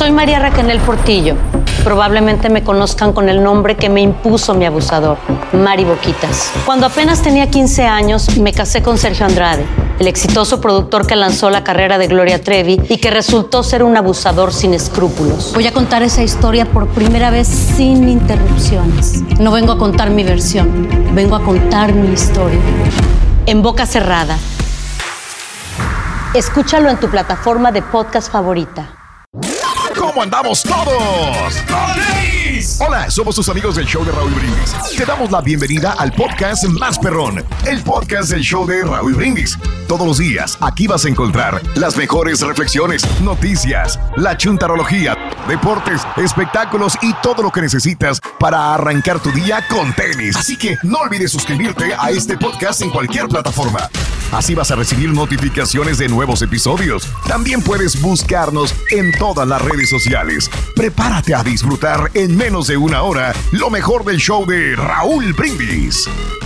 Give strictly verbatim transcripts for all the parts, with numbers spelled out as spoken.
Soy María Raquel Portillo. Probablemente me conozcan con el nombre que me impuso mi abusador, Mari Boquitas. Cuando apenas tenía quince años, me casé con Sergio Andrade, el exitoso productor que lanzó la carrera de Gloria Trevi y que resultó ser un abusador sin escrúpulos. Voy a contar esa historia por primera vez sin interrupciones. No vengo a contar mi versión, vengo a contar mi historia. En boca cerrada. Escúchalo en tu plataforma de podcast favorita. ¿Cómo andamos todos? Hola, somos tus amigos del show de Raúl Brindis. Te damos la bienvenida al podcast más perrón, el podcast del show de Raúl Brindis. Todos los días aquí vas a encontrar las mejores reflexiones, noticias, la chuntarología, deportes, espectáculos y todo lo que necesitas para arrancar tu día con tenis. Así que no olvides suscribirte a este podcast en cualquier plataforma. Así vas a recibir notificaciones de nuevos episodios. También puedes buscarnos en todas las redes sociales. Prepárate a disfrutar en menos de una hora lo mejor del show de Raúl Brindis.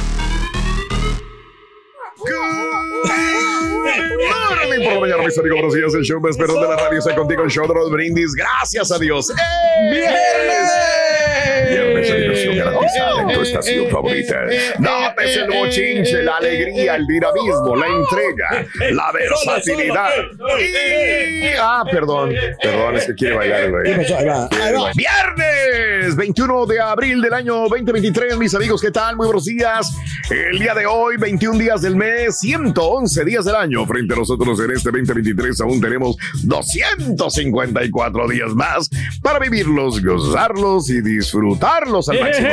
Por la mañana, mis amigos, buenos días. El show más perrón de la radio está contigo, el show de Raúl Brindis. Gracias a Dios. ¡Eh! ¡Viernes! Viernes de diversión garantizada en tu estación favorita. Notes el bochinche, la alegría, el dinamismo, la entrega, la versatilidad. Y... Ah, perdón. Perdón, es que quiere bailar, güey. Ahí va, ahí va. Viernes veintiuno de abril del año veinte veintitrés, mis amigos, ¿qué tal? Muy buenos días. El día de hoy, veintiún días del mes, ciento once días del año. Frente a nosotros en este veinte veintitrés aún tenemos doscientos cincuenta y cuatro días más para vivirlos, gozarlos y disfrutarlos al máximo.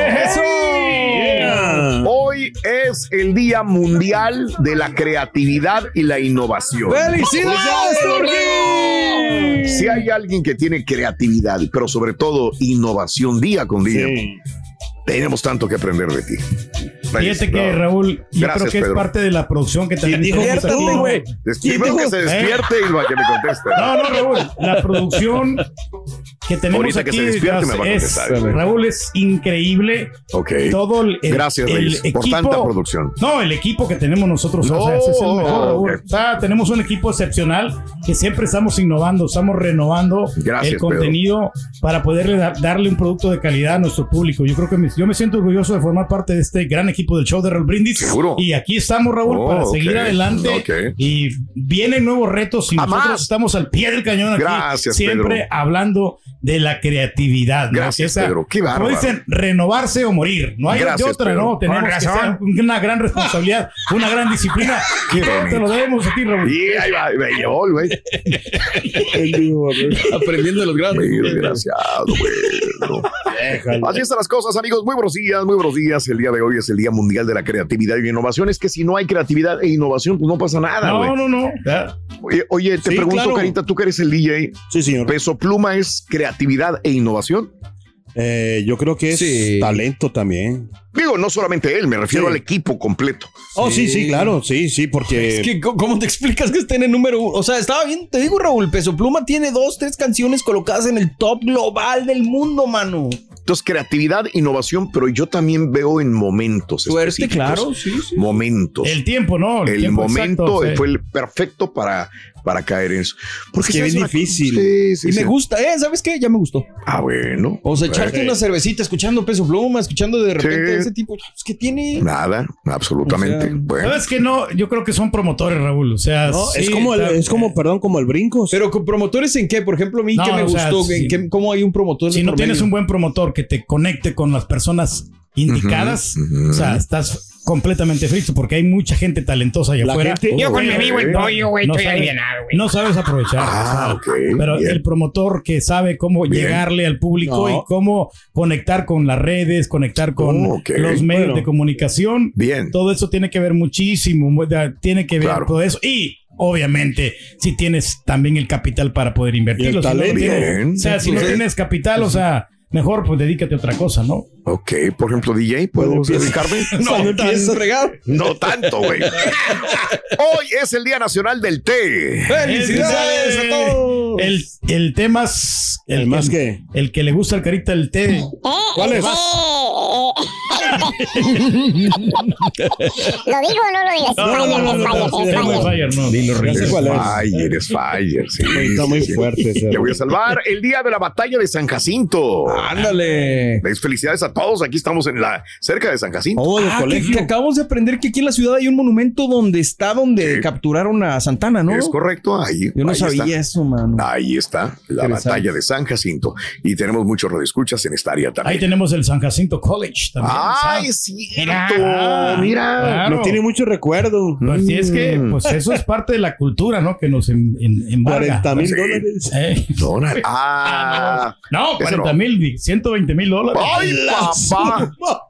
Yeah. Hoy es el Día Mundial de la Creatividad y la Innovación. ¡Felicidades, Turquí! Si hay alguien que tiene creatividad, pero sobre todo innovación día con día, sí, tenemos tanto que aprender de ti. Fíjate que, Raúl, yo Gracias, creo que Pedro. es parte de la producción que también dijo, tenemos aquí. güey? Primero que se despierte y va que me conteste. No, no, Raúl, la producción que tenemos Ahorita aquí que se despierte me va a es, contestar. Raúl, es increíble. Ok. Todo el, el, Gracias, el Reyes, equipo, por tanta producción. No, el equipo que tenemos nosotros, No, o sea, ese es el mejor, Raúl. okay. O sea, tenemos un equipo excepcional que siempre estamos innovando, estamos renovando Gracias, el contenido Pedro. para poderle da, darle un producto de calidad a nuestro público. Yo creo que me, yo me siento orgulloso de formar parte de este gran equipo del show de Raúl Brindis. ¿Seguro? Y aquí estamos, Raúl, Oh, para okay. seguir adelante. Okay. Y vienen nuevos retos y ¿A nosotros más? estamos al pie del cañón aquí. Gracias, siempre Pedro. hablando de la creatividad. ¿no? Gracias, Esa, Pedro. Qué como bárbaro. dicen, renovarse o morir. No hay de Gracias, otra, Pedro. ¿no? Tenemos Con que razón. ser una gran responsabilidad, una gran disciplina. Qué Y todo bonito. te lo debemos a ti, Raúl. Y ahí va, me llevó, güey. Aprendiendo de los grandes. Muy desgraciado, güey. Así están las cosas, amigos. Muy buenos días, muy buenos días. El día de hoy es el Día Mundial de la Creatividad y Innovación. Es que si no hay creatividad e innovación, pues no pasa nada, güey. No, no, no. Ya. Oye, oye, te Sí, pregunto, claro. Carita, tú que eres el D J. Sí, señor. ¿Peso Pluma es creatividad e innovación? Eh, yo creo que es Sí. talento también. Digo, no solamente él, me refiero Sí. al equipo completo. Oh, sí, sí, Sí. claro. Sí, sí, porque... Es que, ¿cómo te explicas que esté en el número uno? O sea, estaba bien, te digo, Raúl, Peso Pluma tiene dos, tres canciones colocadas en el top global del mundo, mano. Entonces, creatividad, innovación, pero yo también veo en momentos Suerte, específicos. claro, sí, sí. Momentos. El tiempo, ¿no? El tiempo momento exacto, sí. fue el perfecto para, para caer en eso. Es que ¿sabes es una difícil. cosa? Sí, sí, Y sí. me gusta, ¿eh? ¿Sabes qué? Ya me gustó. Ah, bueno. O sea, echarte Bueno. una cervecita escuchando Peso Pluma, escuchando de repente Sí. ese tipo. Es que tiene. Nada, absolutamente. O sea, bueno. ¿Sabes que no? Yo creo que son promotores, Raúl. O sea, No, sí, es como, el- está- es como, perdón, como el brincos. Pero con promotores en qué? Por ejemplo, a mí, No, ¿qué me o sea, gustó? ¿En sí. qué- ¿Cómo hay un promotor? de Si no por tienes medio? un buen promotor que te conecte con las personas indicadas, Ujú, ujú. o sea, estás completamente frito porque hay mucha gente talentosa allá La afuera. gente- Yo con mi Ok. amigo el pollo, güey, No estoy sabes- alivianado, güey. No sabes aprovechar. Ah, o sea, ok, Pero bien. el promotor que sabe cómo Bien. llegarle al público No. y cómo conectar con las redes, conectar con Oh, ok. los medios Bueno. de comunicación. Bien. Todo eso tiene que ver muchísimo, mu- da- tiene que ver Claro. todo eso. Y obviamente, si tienes también el capital para poder invertirlo. Y el Si no talento. tienes- Bien. o sea, si no Pues, tienes capital, o sea, mejor pues dedícate a otra cosa, ¿no? Ok, por ejemplo, D J, ¿puedo Cuando empieza- dedicarme? No, estás fregado. No tanto, güey. Hoy es el Día Nacional del Té. ¡Felicidades a todos! El, el tema es... ¿El más qué? El que le gusta al Carita el té. ¿Cuál es? ¿Lo digo o no lo digas? No, no, no, no, no, es Fire, no. Dilo, Es sé cuál es. Fire, es Fire, sí. Está muy sí, fuerte. sí. Te voy a salvar el día de la batalla de San Jacinto. Ándale. Les felicidades a todos. Aquí estamos en la cerca de San Jacinto. Oh, del Ah, que, colegio. que acabamos de aprender que aquí en la ciudad hay un monumento donde está donde Sí. capturaron a Santana, ¿no? Es correcto, ahí. Yo no ahí sabía está. eso, mano. Ahí está, la Interesante. batalla de San Jacinto. Y tenemos muchos radioescuchas en esta área Ahí también. tenemos el San Jacinto College también. ¡Ay, ¿sabes? cierto! Ah, Mira. claro. No tiene mucho recuerdo. Pues sí, es que Mm. pues eso es parte de la cultura, ¿no? Que nos em- em- embarga. cuarenta mil Sí. dólares. Eh. Dólar. Ah. No, Ese cuarenta no. mil, ciento veinte mil dólares. ¡Ay, papá!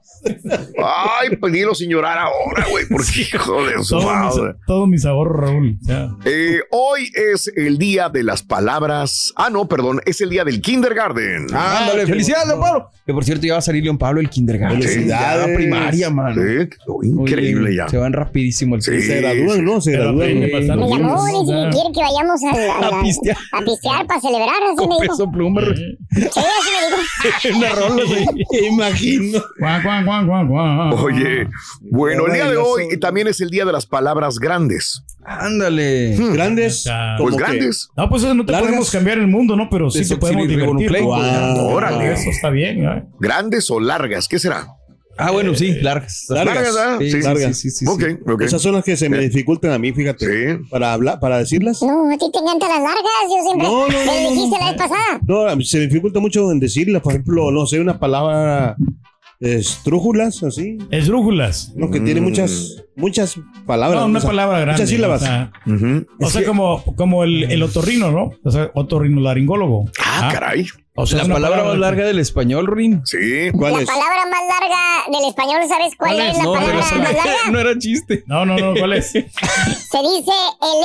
Ay, pues dilo sin llorar ahora, güey, porque hijo de su Todos madre. mis, todos mis ahorros, Raúl. O sea, Eh, hoy es el día de las palabras. Ah, no, perdón, es el día del kindergarten. Ándale, felicidades, León Pablo. Que por cierto, ya va a salir León Pablo el kindergarten. Felicidades. Ya la primaria, mano. Sí, increíble Oye, ya. Se van rapidísimo el Sí. Se gradúan, ¿no? Se Pero gradúan. aprende ¿no? bastante. Me llamó, Vamos, dice ya. que quiere que vayamos a, a, A pistear. a pistear para celebrar, así Con me dijo. peso pluma. Sí, así me dijo. Una rola, güey. Imagino. guau, guau, guau, guau, guau. Oye, bueno, el día de Bailazo. hoy también es el día de las palabras grandes. Ándale. Grandes. Ya. como Pues que- grandes. No, pues eso no te Largas. podemos cambiar el mundo, ¿no? Pero sí De te podemos Soxil y divertir. Ribonucleico. ¿no? Wow. Órale. Eso está bien, ¿eh? ¿Grandes o largas? ¿Qué será? Ah, bueno, sí, largas. Largas. Largas, ¿ah? Sí, Sí, sí, largas. sí, sí, sí, Ok, sí. ok. Esas son las que se me Sí. dificultan a mí, fíjate. Sí. Para hablar, para decirlas. No, a ti te encantan las largas, yo siempre. No, no, me no, lo no, dijiste no. la vez pasada. No, a mí se me dificulta mucho en decirlas. Por ejemplo, no sé, una palabra estrújulas, así. Esdrújulas. No, que tiene muchas, muchas palabras. No, una o sea, palabra grande. Muchas sílabas. O sea, Ujú. o sea, como, como el, el otorrino, ¿no? O sea, otorrinolaringólogo. Ah, caray. O sea, La es una palabra más larga del español, Rin. Sí. ¿Cuál La es? palabra más larga del español, ¿sabes cuál, ¿Cuál es? es? La No, palabra pero más larga. No era chiste. No, no, no, ¿cuál es? Se dice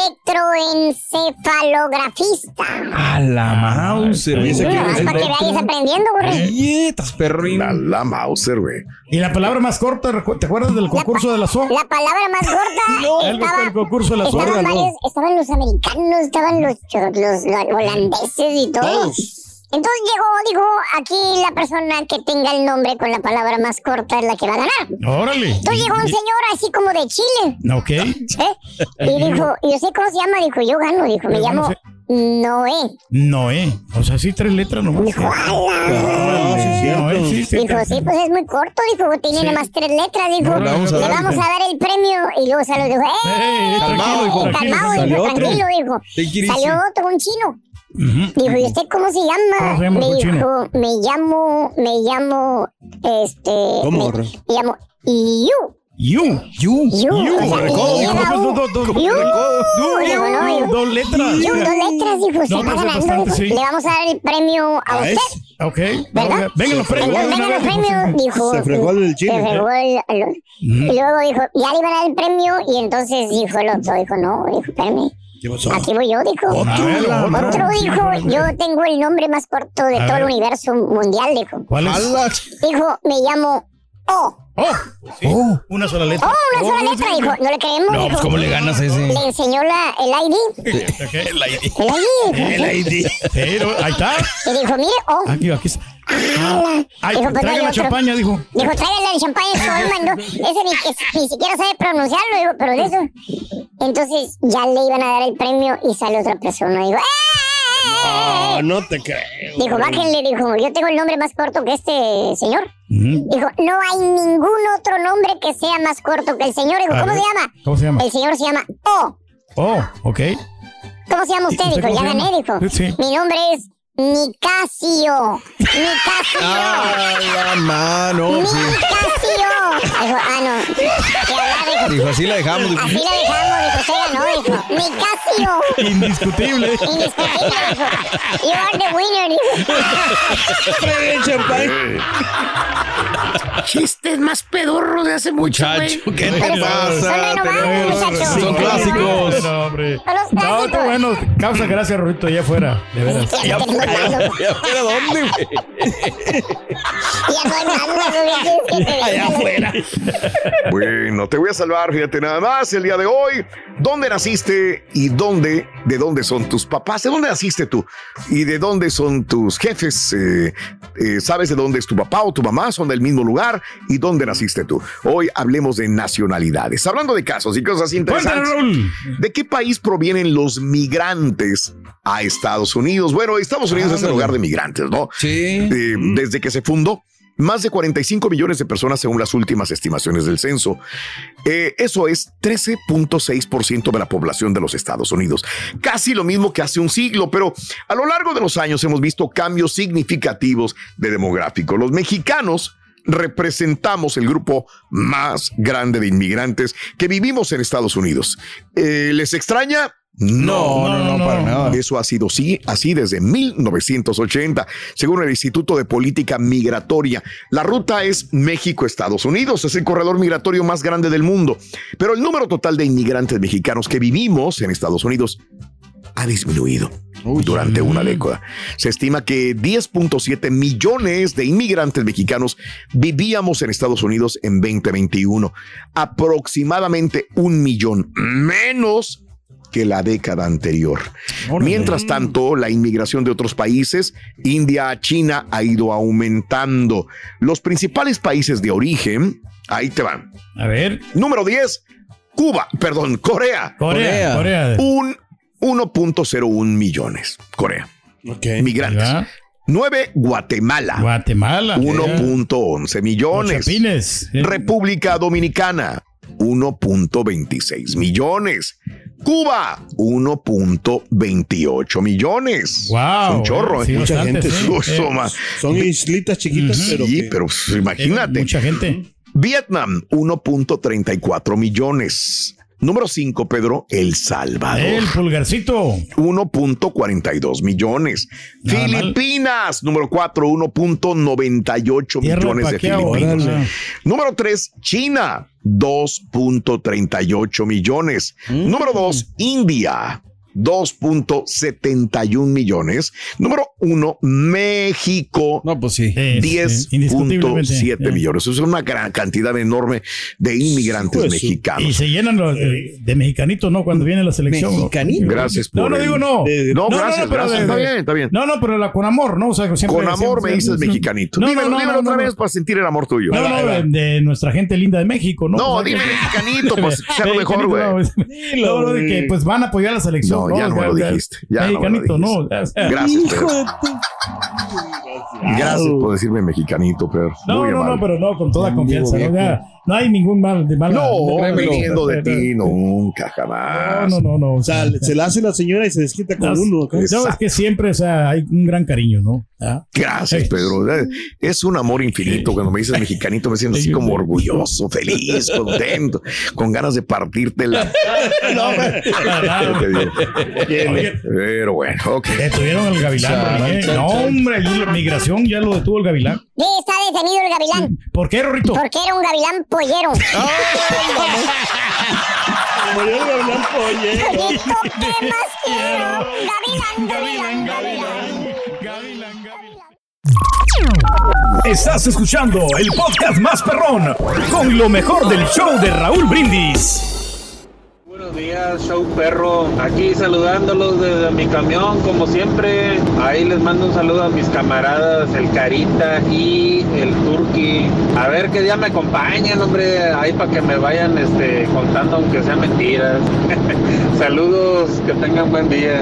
electroencefalografista. A la mouse. Oye, ese No, quién más es? para que vayas aprendiendo, güey. Dietas, perrín. La, la Mauser, güey. Y la palabra más corta, recu- ¿te acuerdas del concurso de la S O? La palabra más corta El, estaba, el concurso de la S O. estaban, no. varios, estaban los americanos, estaban los, los, los holandeses y todo. Todos. Entonces llegó, dijo, aquí la persona que tenga el nombre con la palabra más corta es la que va a ganar. Órale. Entonces llegó un señor así como de Chile, Ok. ¿eh? Y dijo, ¿y usted cómo se llama? Dijo, yo gano, dijo, me Yo llamo no sé. Noé. Noé. O sea, sí, tres letras nomás. Dijo, Ah, sí, es cierto. Noé, sí, sí. Dijo, sí, pues es muy corto, dijo, tiene Sí. nada más tres letras, dijo, No, le vamos a le dar, vamos dijo. a dar el premio, y luego salió, dijo, ¡eh! Ey, Calmado, tranquilo, hijo. tranquilo. Calmado, Salió dijo, otro. tranquilo, dijo. Take it easy. Salió otro, un chino. Ujú. Dijo, ¿y usted cómo se llama? ¿Cómo se llama, me cochino? dijo, me llamo, me llamo, este... ¿Cómo? Me, me llamo Yu. You. You. Yu. You. O sea, Recodo, y dijo, era pues, U. dos, dos, dos, Yu. recodo. Dijo, no, You, dijo, dos letras. Yu, dos letras, dijo, se No, está pero es ganando, bastante, dijo. sí. Le vamos a dar el premio a Ah, usted. es. Ok. ¿Verdad? Vengan los premios. Entonces, de una vengan los vez, premios, dijo, dijo. Se fregó el del chile. Se fregó el- el- Y luego dijo, ya le iban a dar el premio, y entonces dijo el otro, dijo, no, dijo, espérame. ¿Qué pasó? Aquí voy yo, dijo. A ver, otro. Otro dijo, yo tengo el nombre más corto de A todo el ver. universo mundial, dijo. ¿Cuál es? Dijo, me llamo O. Oh, pues sí. Una sola letra. Oh, una sola letra, dijo. No le creemos, No, dijo. pues ¿cómo le ganas a ese? Le enseñó la, el I D. Ok. El I D. El I D. Pero, ahí está. Y dijo, mire, O. Aquí, aquí está. Ala. Ay, Dijo, pues no traiga hay la otro. champaña, dijo. Dijo, tráigale el champaña, eso mandó. Ese ni, que- ni siquiera sabe pronunciarlo, dijo, pero de eso. Entonces ya le iban a dar el premio y sale otra persona. Dijo, ¡eh! No, no te creo. Dijo, bájenle, dijo, yo tengo el nombre más corto que este señor. Ujú. Dijo, no hay ningún otro nombre que sea más corto que el señor. Dijo, A ¿cómo ver, se llama? ¿Cómo se llama? El señor se llama O. Oh, ok. ¿Cómo se llama usted? ¿Usted Dijo, cómo ya se gané, llama? dijo. Sí. Mi nombre es Nicasio. Nicasio. Ah, la mano. Sí. Nicasio. Dijo, ah, no. ¿Qué hablar, dijo? Dijo, así la dejamos. Dijo, Así la dejamos, dijo, usted ganó, dijo. Nicasio. Indiscutible. Indiscutible, dijo. You are the winner, dijo. Trae el champán. Chistes más pedorros de hace mucho, muchacho, güey. ¿qué Pero te son- pasa? son renovados, muchachos. Son clásicos. No, hombre. Son los No, clásicos. qué bueno. Causa gracia, Rorito, allá afuera. De veras. Ya no hay malo. ¿Y afuera dónde, güey? Ya no hay malo, ¿qué quieres que te diga? Allá afuera. Bueno, te voy a salvar, fíjate nada más, el día de hoy. ¿Dónde naciste y dónde, de dónde son tus papás? ¿De dónde naciste tú? ¿Y de dónde son tus jefes? Eh, eh, ¿Sabes de dónde es tu papá o tu mamá? ¿Son del mismo lugar? ¿Y dónde naciste tú? Hoy hablemos de nacionalidades. Hablando de casos y cosas interesantes. ¿De qué país provienen los migrantes a Estados Unidos? Bueno, Estados Unidos ah, es el lugar de migrantes, ¿no? Sí. Eh, desde que se fundó, más de cuarenta y cinco millones de personas según las últimas estimaciones del censo. Eh, eso es trece punto seis por ciento de la población de los Estados Unidos. Casi lo mismo que hace un siglo, pero a lo largo de los años hemos visto cambios significativos de demográfico. Los mexicanos representamos el grupo más grande de inmigrantes que vivimos en Estados Unidos. Eh, ¿Les extraña? No, no, no, no, para nada. Eso ha sido sí, así desde mil novecientos ochenta, según el Instituto de Política Migratoria. La ruta es México-Estados Unidos, es el corredor migratorio más grande del mundo. Pero el número total de inmigrantes mexicanos que vivimos en Estados Unidos ha disminuido Uy, durante una década. Se estima que diez punto siete millones de inmigrantes mexicanos vivíamos en Estados Unidos en veinte veintiuno. Aproximadamente un millón menos que la década anterior. Mientras tanto, la inmigración de otros países, India a China, ha ido aumentando. Los principales países de origen, ahí te van. A ver. Número diez, Cuba, perdón, Corea. Corea. Corea. Un uno punto cero uno millones. Corea. Okay. Migrantes. ¿Ya? nueve, Guatemala. Guatemala. uno punto once millones. Chapines. República Dominicana. uno punto veintiséis millones. Cuba, uno punto veintiocho millones. Wow. Un chorro, sí, ¿eh? Mucha bastante, gente. sí. Eso, Eh, son islitas chiquitas, uh-huh. pero. Sí, que... pero pues, imagínate. Mucha gente. Vietnam, uno punto treinta y cuatro millones. Número cinco, Pedro, El Salvador. El pulgarcito. uno punto cuarenta y dos millones. Nada Filipinas, mal. Número cuatro, uno punto noventa y ocho millones de filipinos. Ahora. Número tres, China, dos punto treinta y ocho millones. Mm. Número dos, India, dos punto setenta y un millones. Número uno, México. No, pues sí. diez punto siete millones. Eso es una gran cantidad enorme de inmigrantes pues, mexicanos. Y se llenan los de, de mexicanitos, ¿no? Cuando viene la selección. Mexicanito. Gracias por No, no el... digo no. De, no, no, gracias, no, no, pero gracias. De, está bien, está bien. No, no, pero la, con amor, ¿no? O sea, siempre, con amor siempre, me dices siempre, mexicanito. No, dímelo, no, no, dímelo no, otra no, vez para sentir el amor tuyo. No, no, de, de nuestra gente linda de México, ¿no? No, o sea, dime que, mexicanito, pues sea lo mejor, güey. No, no, de que pues van a apoyar la selección. No, ya no me lo dijiste. Mexicanito, no. Gracias, Pedro. Gracias por decirme mexicanito, Pedro. No, Muy no, amable. no, pero no, con toda confianza. No, ya, no hay ningún mal de mala. No, de, viniendo de, de, de ti, nunca, jamás. No, no, no, no. O sea, se la hace la señora y se desquita con no, uno. No, es que siempre, o sea, hay un gran cariño, ¿no? ¿Ah? Gracias, sí. Pedro. Es un amor infinito. Cuando me dices mexicanito, me siento así como orgulloso, feliz, contento, con ganas de partirte la. No, pero bueno, ok. Detuvieron al gavilán. ¿eh? No, hombre, la migración ya lo detuvo el gavilán. Sí, está detenido el gavilán. ¿Por qué, Rorrito? Porque era un gavilán pollero. Como yo el gavilán pollero. Pollito, ¿qué más quiero? Gavilán, gavilán, gavilán. Gavilán, gavilán. Estás escuchando el podcast más perrón con lo mejor del show de Raúl Brindis. Buenos días, show perro. Aquí saludándolos desde mi camión, como siempre. Ahí les mando un saludo a mis camaradas, el Carita y el Turqui. A ver qué día me acompañan, hombre, ahí para que me vayan este, contando, aunque sean mentiras. Saludos, que tengan buen día.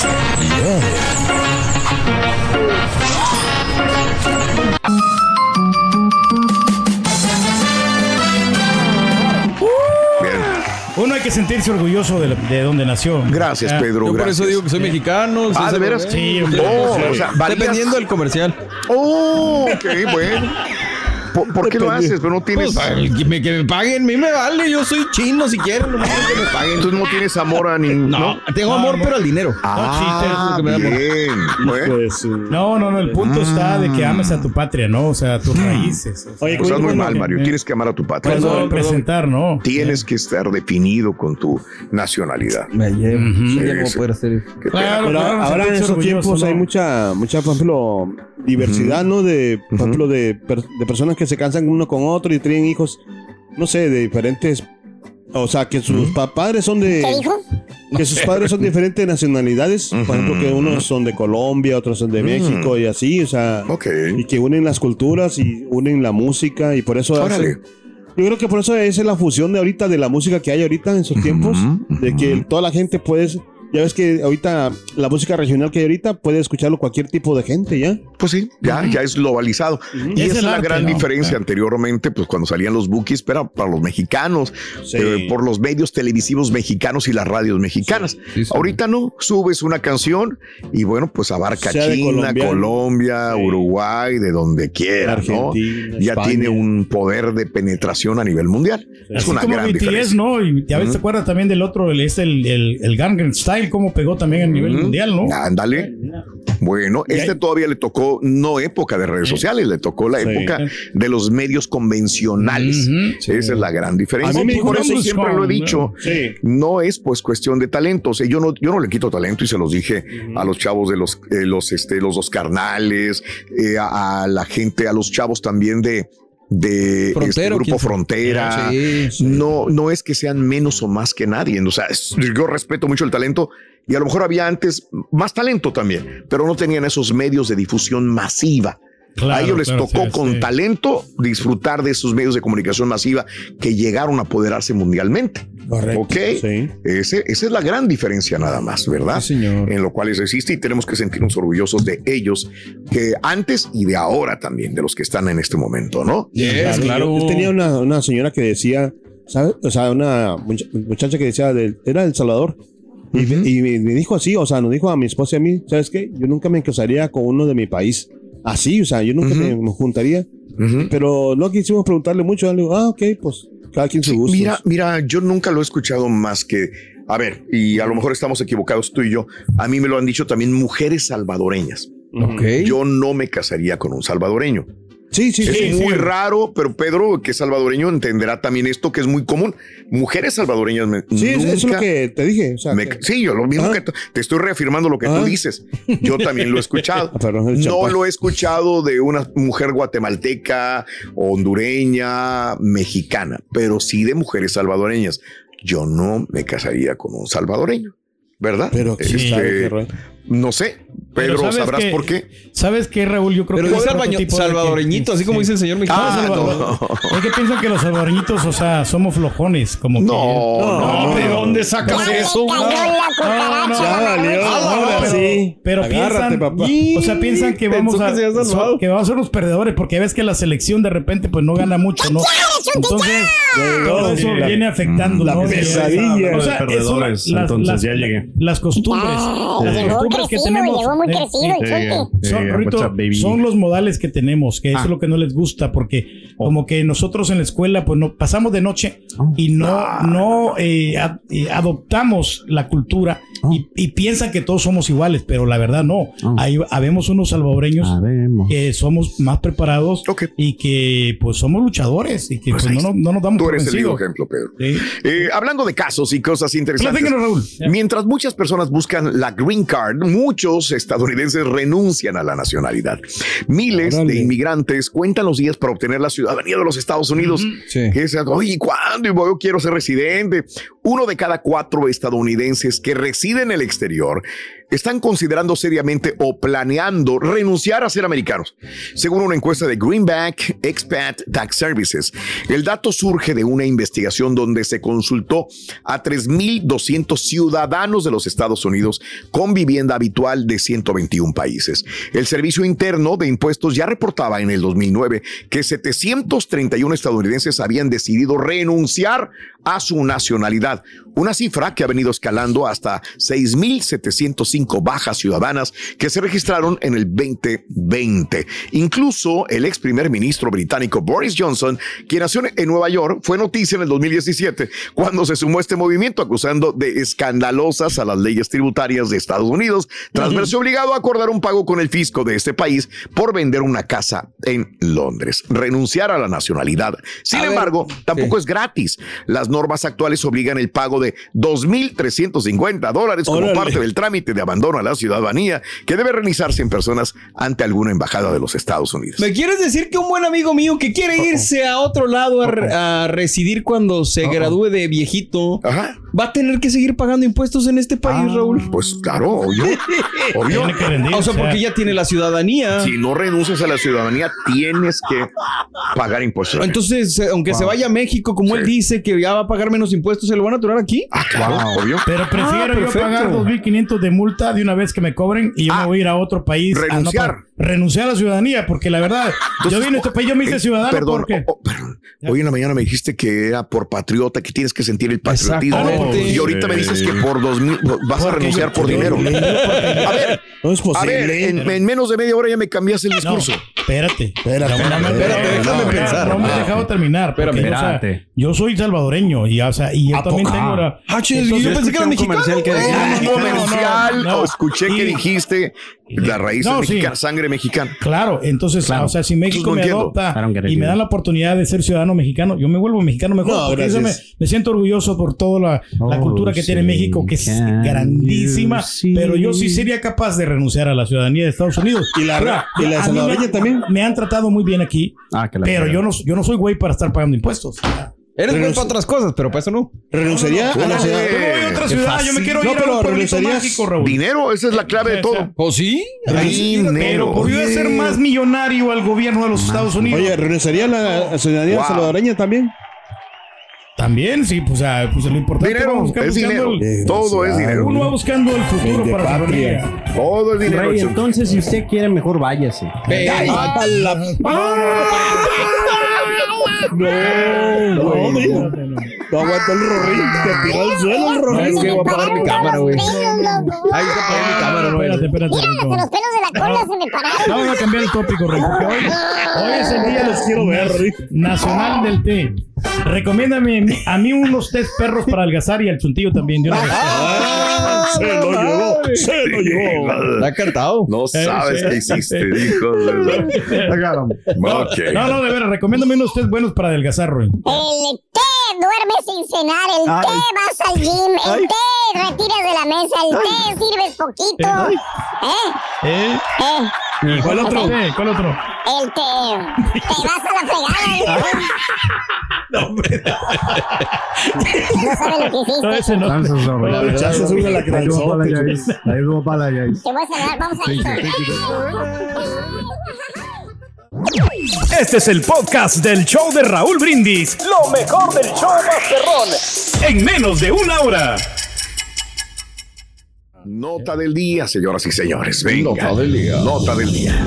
Uno hay que sentirse orgulloso de, de donde nació. Gracias, Pedro. Yo gracias. por eso digo que soy mexicano. Ah, ¿de veras? Sí, hombre. Oh, o sea, dependiendo del comercial. Oh, ok, bueno. ¿Por, ¿por qué lo haces? Pero no tienes... Pues, que, me, que me paguen, a mí me vale, yo soy chino si quieren, nomás que me paguen. Entonces no tienes amor a ningún... No, no, tengo amor, no, pero al dinero. Ah, no, bien. Bueno. Pues, no, no, no, el punto mm. está de que ames a tu patria, ¿no? O sea, tus raíces. O sea, Oye, pues muy mal, Mario. Tienes que amar a tu patria. Puedo no, representar, ¿no? Tienes que estar definido con tu nacionalidad. Me llevo. Sí, ya no sí. poder hacer. Claro, pero claro, ahora en esos tiempos ¿no? hay mucha, mucha, por ejemplo, diversidad, uh-huh. ¿no? De, por uh-huh. ejemplo, de, de personas que se casan uno con otro y tienen hijos no sé, de diferentes, o sea, que sus ¿Mm? padres son de... ¿Qué dijo? Que sus padres son de diferentes nacionalidades, uh-huh. por ejemplo, que unos son de Colombia, otros son de México uh-huh. y así, o sea, okay. y que unen las culturas y unen la música y por eso hace, yo creo que por eso esa es la fusión de ahorita de la música que hay ahorita en esos tiempos, uh-huh. de que toda la gente puede, ya ves que ahorita la música regional que hay ahorita puede escucharlo cualquier tipo de gente, ¿ya? Pues sí, ya, uh-huh. ya es globalizado. Uh-huh. Y esa es la arte, gran ¿no? diferencia. Uh-huh. Anteriormente, pues cuando salían los bookies, era para los mexicanos, sí. eh, por los medios televisivos mexicanos y las radios mexicanas. Sí, sí, ahorita sí. no, subes una canción y bueno, pues abarca sea China, Colombia, sí. Uruguay, de donde quiera, Argentina, ¿no? Ya España. Tiene un poder de penetración a nivel mundial. Sí. Es así una como gran B T S, diferencia. ¿no? Y a veces uh-huh. te acuerdas también del otro, el, este, el, el, el Gangnam Style, cómo pegó también a nivel uh-huh. mundial, ¿no? Ándale. Bueno, este todavía le tocó no época de redes sociales, le tocó la sí. época de los medios convencionales. Uh-huh. Sí. Esa es la gran diferencia. A mí me por eso con, siempre lo he dicho. Sí. No es pues cuestión de talento. O sea, yo no, yo no le quito talento y se los dije uh-huh. a los chavos de los, eh, los, este, los dos carnales, eh, a, a la gente, a los chavos también de de este grupo Frontera. Sí, sí. No, no es que sean menos o más que nadie. O sea, es, yo respeto mucho el talento y a lo mejor había antes más talento también, pero no tenían esos medios de difusión masiva. Claro, a ellos les claro, tocó sí, con sí. talento disfrutar de esos medios de comunicación masiva que llegaron a apoderarse mundialmente. Correcto. ¿Ok? Sí. Ese, esa es la gran diferencia nada más, ¿verdad? Sí, señor. En lo cual eso existe y tenemos que sentirnos orgullosos de ellos, que antes y de ahora también, de los que están en este momento, ¿no? Yes, claro. claro. Yo tenía una, una señora que decía, ¿sabes? O sea, una muchacha que decía, de, era de El Salvador. Y, uh-huh. y me dijo así, o sea, nos dijo a mi esposa y a mí, ¿sabes qué? Yo nunca me casaría con uno de mi país. Así, o sea, yo nunca uh-huh. me juntaría. Uh-huh. Pero no quisimos preguntarle mucho. Le digo, ah, ok, pues cada quien su gusto. Mira, mira, yo nunca lo he escuchado más que, a ver, y a lo mejor estamos equivocados tú y yo. A mí me lo han dicho también mujeres salvadoreñas. Okay. Yo no me casaría con un salvadoreño. Sí, sí, es sí. Es muy sí. raro, pero Pedro, que es salvadoreño, entenderá también esto que es muy común. Mujeres salvadoreñas. Me, sí, nunca eso es lo que te dije. O sea, me, que... Sí, yo lo mismo ah. que te, te estoy reafirmando lo que ah. tú dices. Yo también lo he escuchado. No lo he escuchado de una mujer guatemalteca, hondureña, mexicana, pero sí de mujeres salvadoreñas. Yo no me casaría con un salvadoreño, ¿verdad? Pero sí, este, claro, no sé, Pedro, Pero ¿sabrás que, por qué? ¿Sabes qué, Raúl? Yo creo Pero que es salvaño, salvadoreñito, así sí. como dice el señor mexicano. Ah, no. Es que piensan que los salvadoreñitos, o sea, somos flojones, como no, que... No, no, no. ¿de dónde sacas eso? No, no, no. Ya valió, ahora pero, sí. Pero Agárrate, piensan, papá. o sea, piensan que vamos a, so, que vamos a ser los perdedores, porque ves que la selección de repente pues no gana mucho, ¿no? Entonces, todo eso la, viene afectando, la ¿no? pesadilla. O sea, perdedores, eso, las, entonces las, ya llegué. Las costumbres, Ah, las llegó costumbres que crecido, tenemos. llegó muy eh, crecido el eh, choque. Son, eh, Rito, what's up, baby? son los modales que tenemos, que eso Ah. es lo que no les gusta, porque oh. como que nosotros en la escuela pues no pasamos de noche oh. y no, ah. no eh, ad, eh, adoptamos la cultura oh. y, y piensan que todos somos iguales, pero la verdad no. Oh. Hay, habemos unos salvadoreños habemos. que somos más preparados okay. y que pues somos luchadores y que pues, pues no, no nos damos Tú por eres vencido. el mismo ejemplo, Pedro. Sí. Eh, hablando de casos y cosas interesantes. Platícanos, Raúl. Mientras muchas personas buscan la green card, muchos estadounidenses renuncian a la nacionalidad. Miles Dale. de inmigrantes cuentan los días para obtener la ciudadanía de los Estados Unidos. Uh-huh. Sí. Que es, oye, ¿cuándo? Yo quiero ser residente. Uno de cada cuatro estadounidenses que residen en el exterior están considerando seriamente o planeando renunciar a ser americanos. Según una encuesta de Greenback Expat Tax Services, el dato surge de una investigación donde se consultó a tres mil doscientos ciudadanos de los Estados Unidos con vivienda habitual de ciento veintiún países. El Servicio Interno de Impuestos ya reportaba en el dos mil nueve que setecientos treinta y uno estadounidenses habían decidido renunciar a su nacionalidad, una cifra que ha venido escalando hasta seis mil setecientos cinco bajas ciudadanas que se registraron en el veinte veinte. Incluso el ex primer ministro británico Boris Johnson, quien nació en Nueva York, fue noticia en el dos mil diecisiete cuando se sumó a este movimiento acusando de escandalosas a las leyes tributarias de Estados Unidos tras verse obligado a acordar un pago con el fisco de este país por vender una casa en Londres. Renunciar a la nacionalidad. Sin a embargo, ver, tampoco sí. es gratis. Las normas actuales obligan el pago de dos mil trescientos cincuenta dólares como Órale. parte del trámite de abandono a la ciudadanía que debe realizarse en personas ante alguna embajada de los Estados Unidos. ¿Me quieres decir que un buen amigo mío que quiere irse a otro lado a, re- a residir cuando se gradúe de viejito Ajá. va a tener que seguir pagando impuestos en este país, Ah, Raúl? Pues claro, obvio. obvio. Tiene que rendir, O sea, porque ya tiene la ciudadanía. Si no renuncias a la ciudadanía, tienes que pagar impuestos. Entonces, eh, aunque se vaya a México, como él dice, que ya va a pagar menos impuestos, ¿se lo van a aturar aquí? Ah, claro, obvio. Pero prefiero Ah, yo perfecto. pagar dos mil quinientos de multa de una vez que me cobren y yo Ah, me voy a ir a otro país. a no renunciar. pa- renunciar a la ciudadanía, porque la verdad, yo vine a este país, yo me hice eh, ciudadano Perdón, porque... oh, oh, perdón. Hoy en la mañana me dijiste que era por patriota, que tienes que sentir el patriotismo. Exactamente. Y ahorita me dices que por dos mil vas a Porque renunciar yo- por yo- dinero. yo- A ver, No es a posible. ver, en, en menos de media hora ya me cambiaste el No, discurso. espérate. Espérate, No, no me- espérate, no, déjame no, pensar. No me he Ah. dejado terminar. porque, Espérame. o sea, Espérate. yo soy salvadoreño y, o sea, y yo ¿A también poco? tengo la... Ah, che, Entonces, yo pensé que era un mexicano. comercial que En decía- un no, no, comercial no, no. escuché que Y- dijiste la raíz No, mexicana, sí. sangre mexicana. Claro, entonces, Claro. o sea, si México Entonces, no me entiendo. adopta I don't get it y me either. dan la oportunidad de ser ciudadano mexicano, yo me vuelvo mexicano mejor. No, porque eso me, gracias. me siento orgulloso por toda la, la Oh, cultura que tiene sí, México, que es can grandísima, you see? pero yo sí sería capaz de renunciar a la ciudadanía de Estados Unidos. ¿Y la- Pero, y la a mí me- salvadoreña también? Me han tratado muy bien aquí, Ah, que la pero fregada. yo no, yo no soy güey para estar pagando impuestos. Eres bueno Renunci- para otras cosas, pero para eso no. ¿Renunciaría a la Órale. ciudad? Yo me voy a otra Qué ciudad, yo me quiero No, ir a pero un pueblito renunciarías- mágico, Raúl. Dinero, esa es la clave de todo. ¿O sí? Dinero. Pero por yo ser más millonario al gobierno de los Estados Unidos. Oye, ¿renunciaría a la ciudadanía Wow. salvadoreña también? También, sí, pues, o sea, pues lo importante Dinero, vamos buscando es dinero. el- Todo es dinero. uno va buscando el futuro De para su patria. familia. Todo es dinero. Rey, Chuck. entonces, si usted quiere, mejor váyase. No, güey. No aguanta el rorín. Te tiró al suelo el rorín. Es que voy a apagar mi cámara, güey. Pelos, loco. Ahí está apagando mi cámara, güey. Espérate, espérate. Mira, Rico. hasta los pelos de la cola se me pararon. Vamos a cambiar el tópico, Rey, porque hoy, hoy es el día Los quiero ver, Rey. nacional del té. Recomiéndame a mí unos tés perros para adelgazar y al chuntillo también. De una vez. Ah, se lo llevó. Se lo llevó. Está cantado. No sabes sí. qué hiciste, hijo de... No, Ok. no, no, de veras, recomiéndame unos tés buenos para adelgazar, Rey. El té duerme sin cenar, el Ay. té vas al gym, el té retiras de la mesa, el té sirves poquito. ¿Eh? ¿Eh? ¿Eh? ¿Y cuál otro? té? ¿Cuál otro? El té. Te vas a la fregada. No, hombre. No sabes lo que hiciste. No, ese no. I'm so sorry. La verdad, es una I do lacranzote. apologize. I do apologize. Te voy a saludar, vamos a ir. Este es el podcast del show de Raúl Brindis. Lo mejor del show Masterrón. En menos de una hora. Nota del día, señoras y señores. Venga. Nota del día. Nota del día.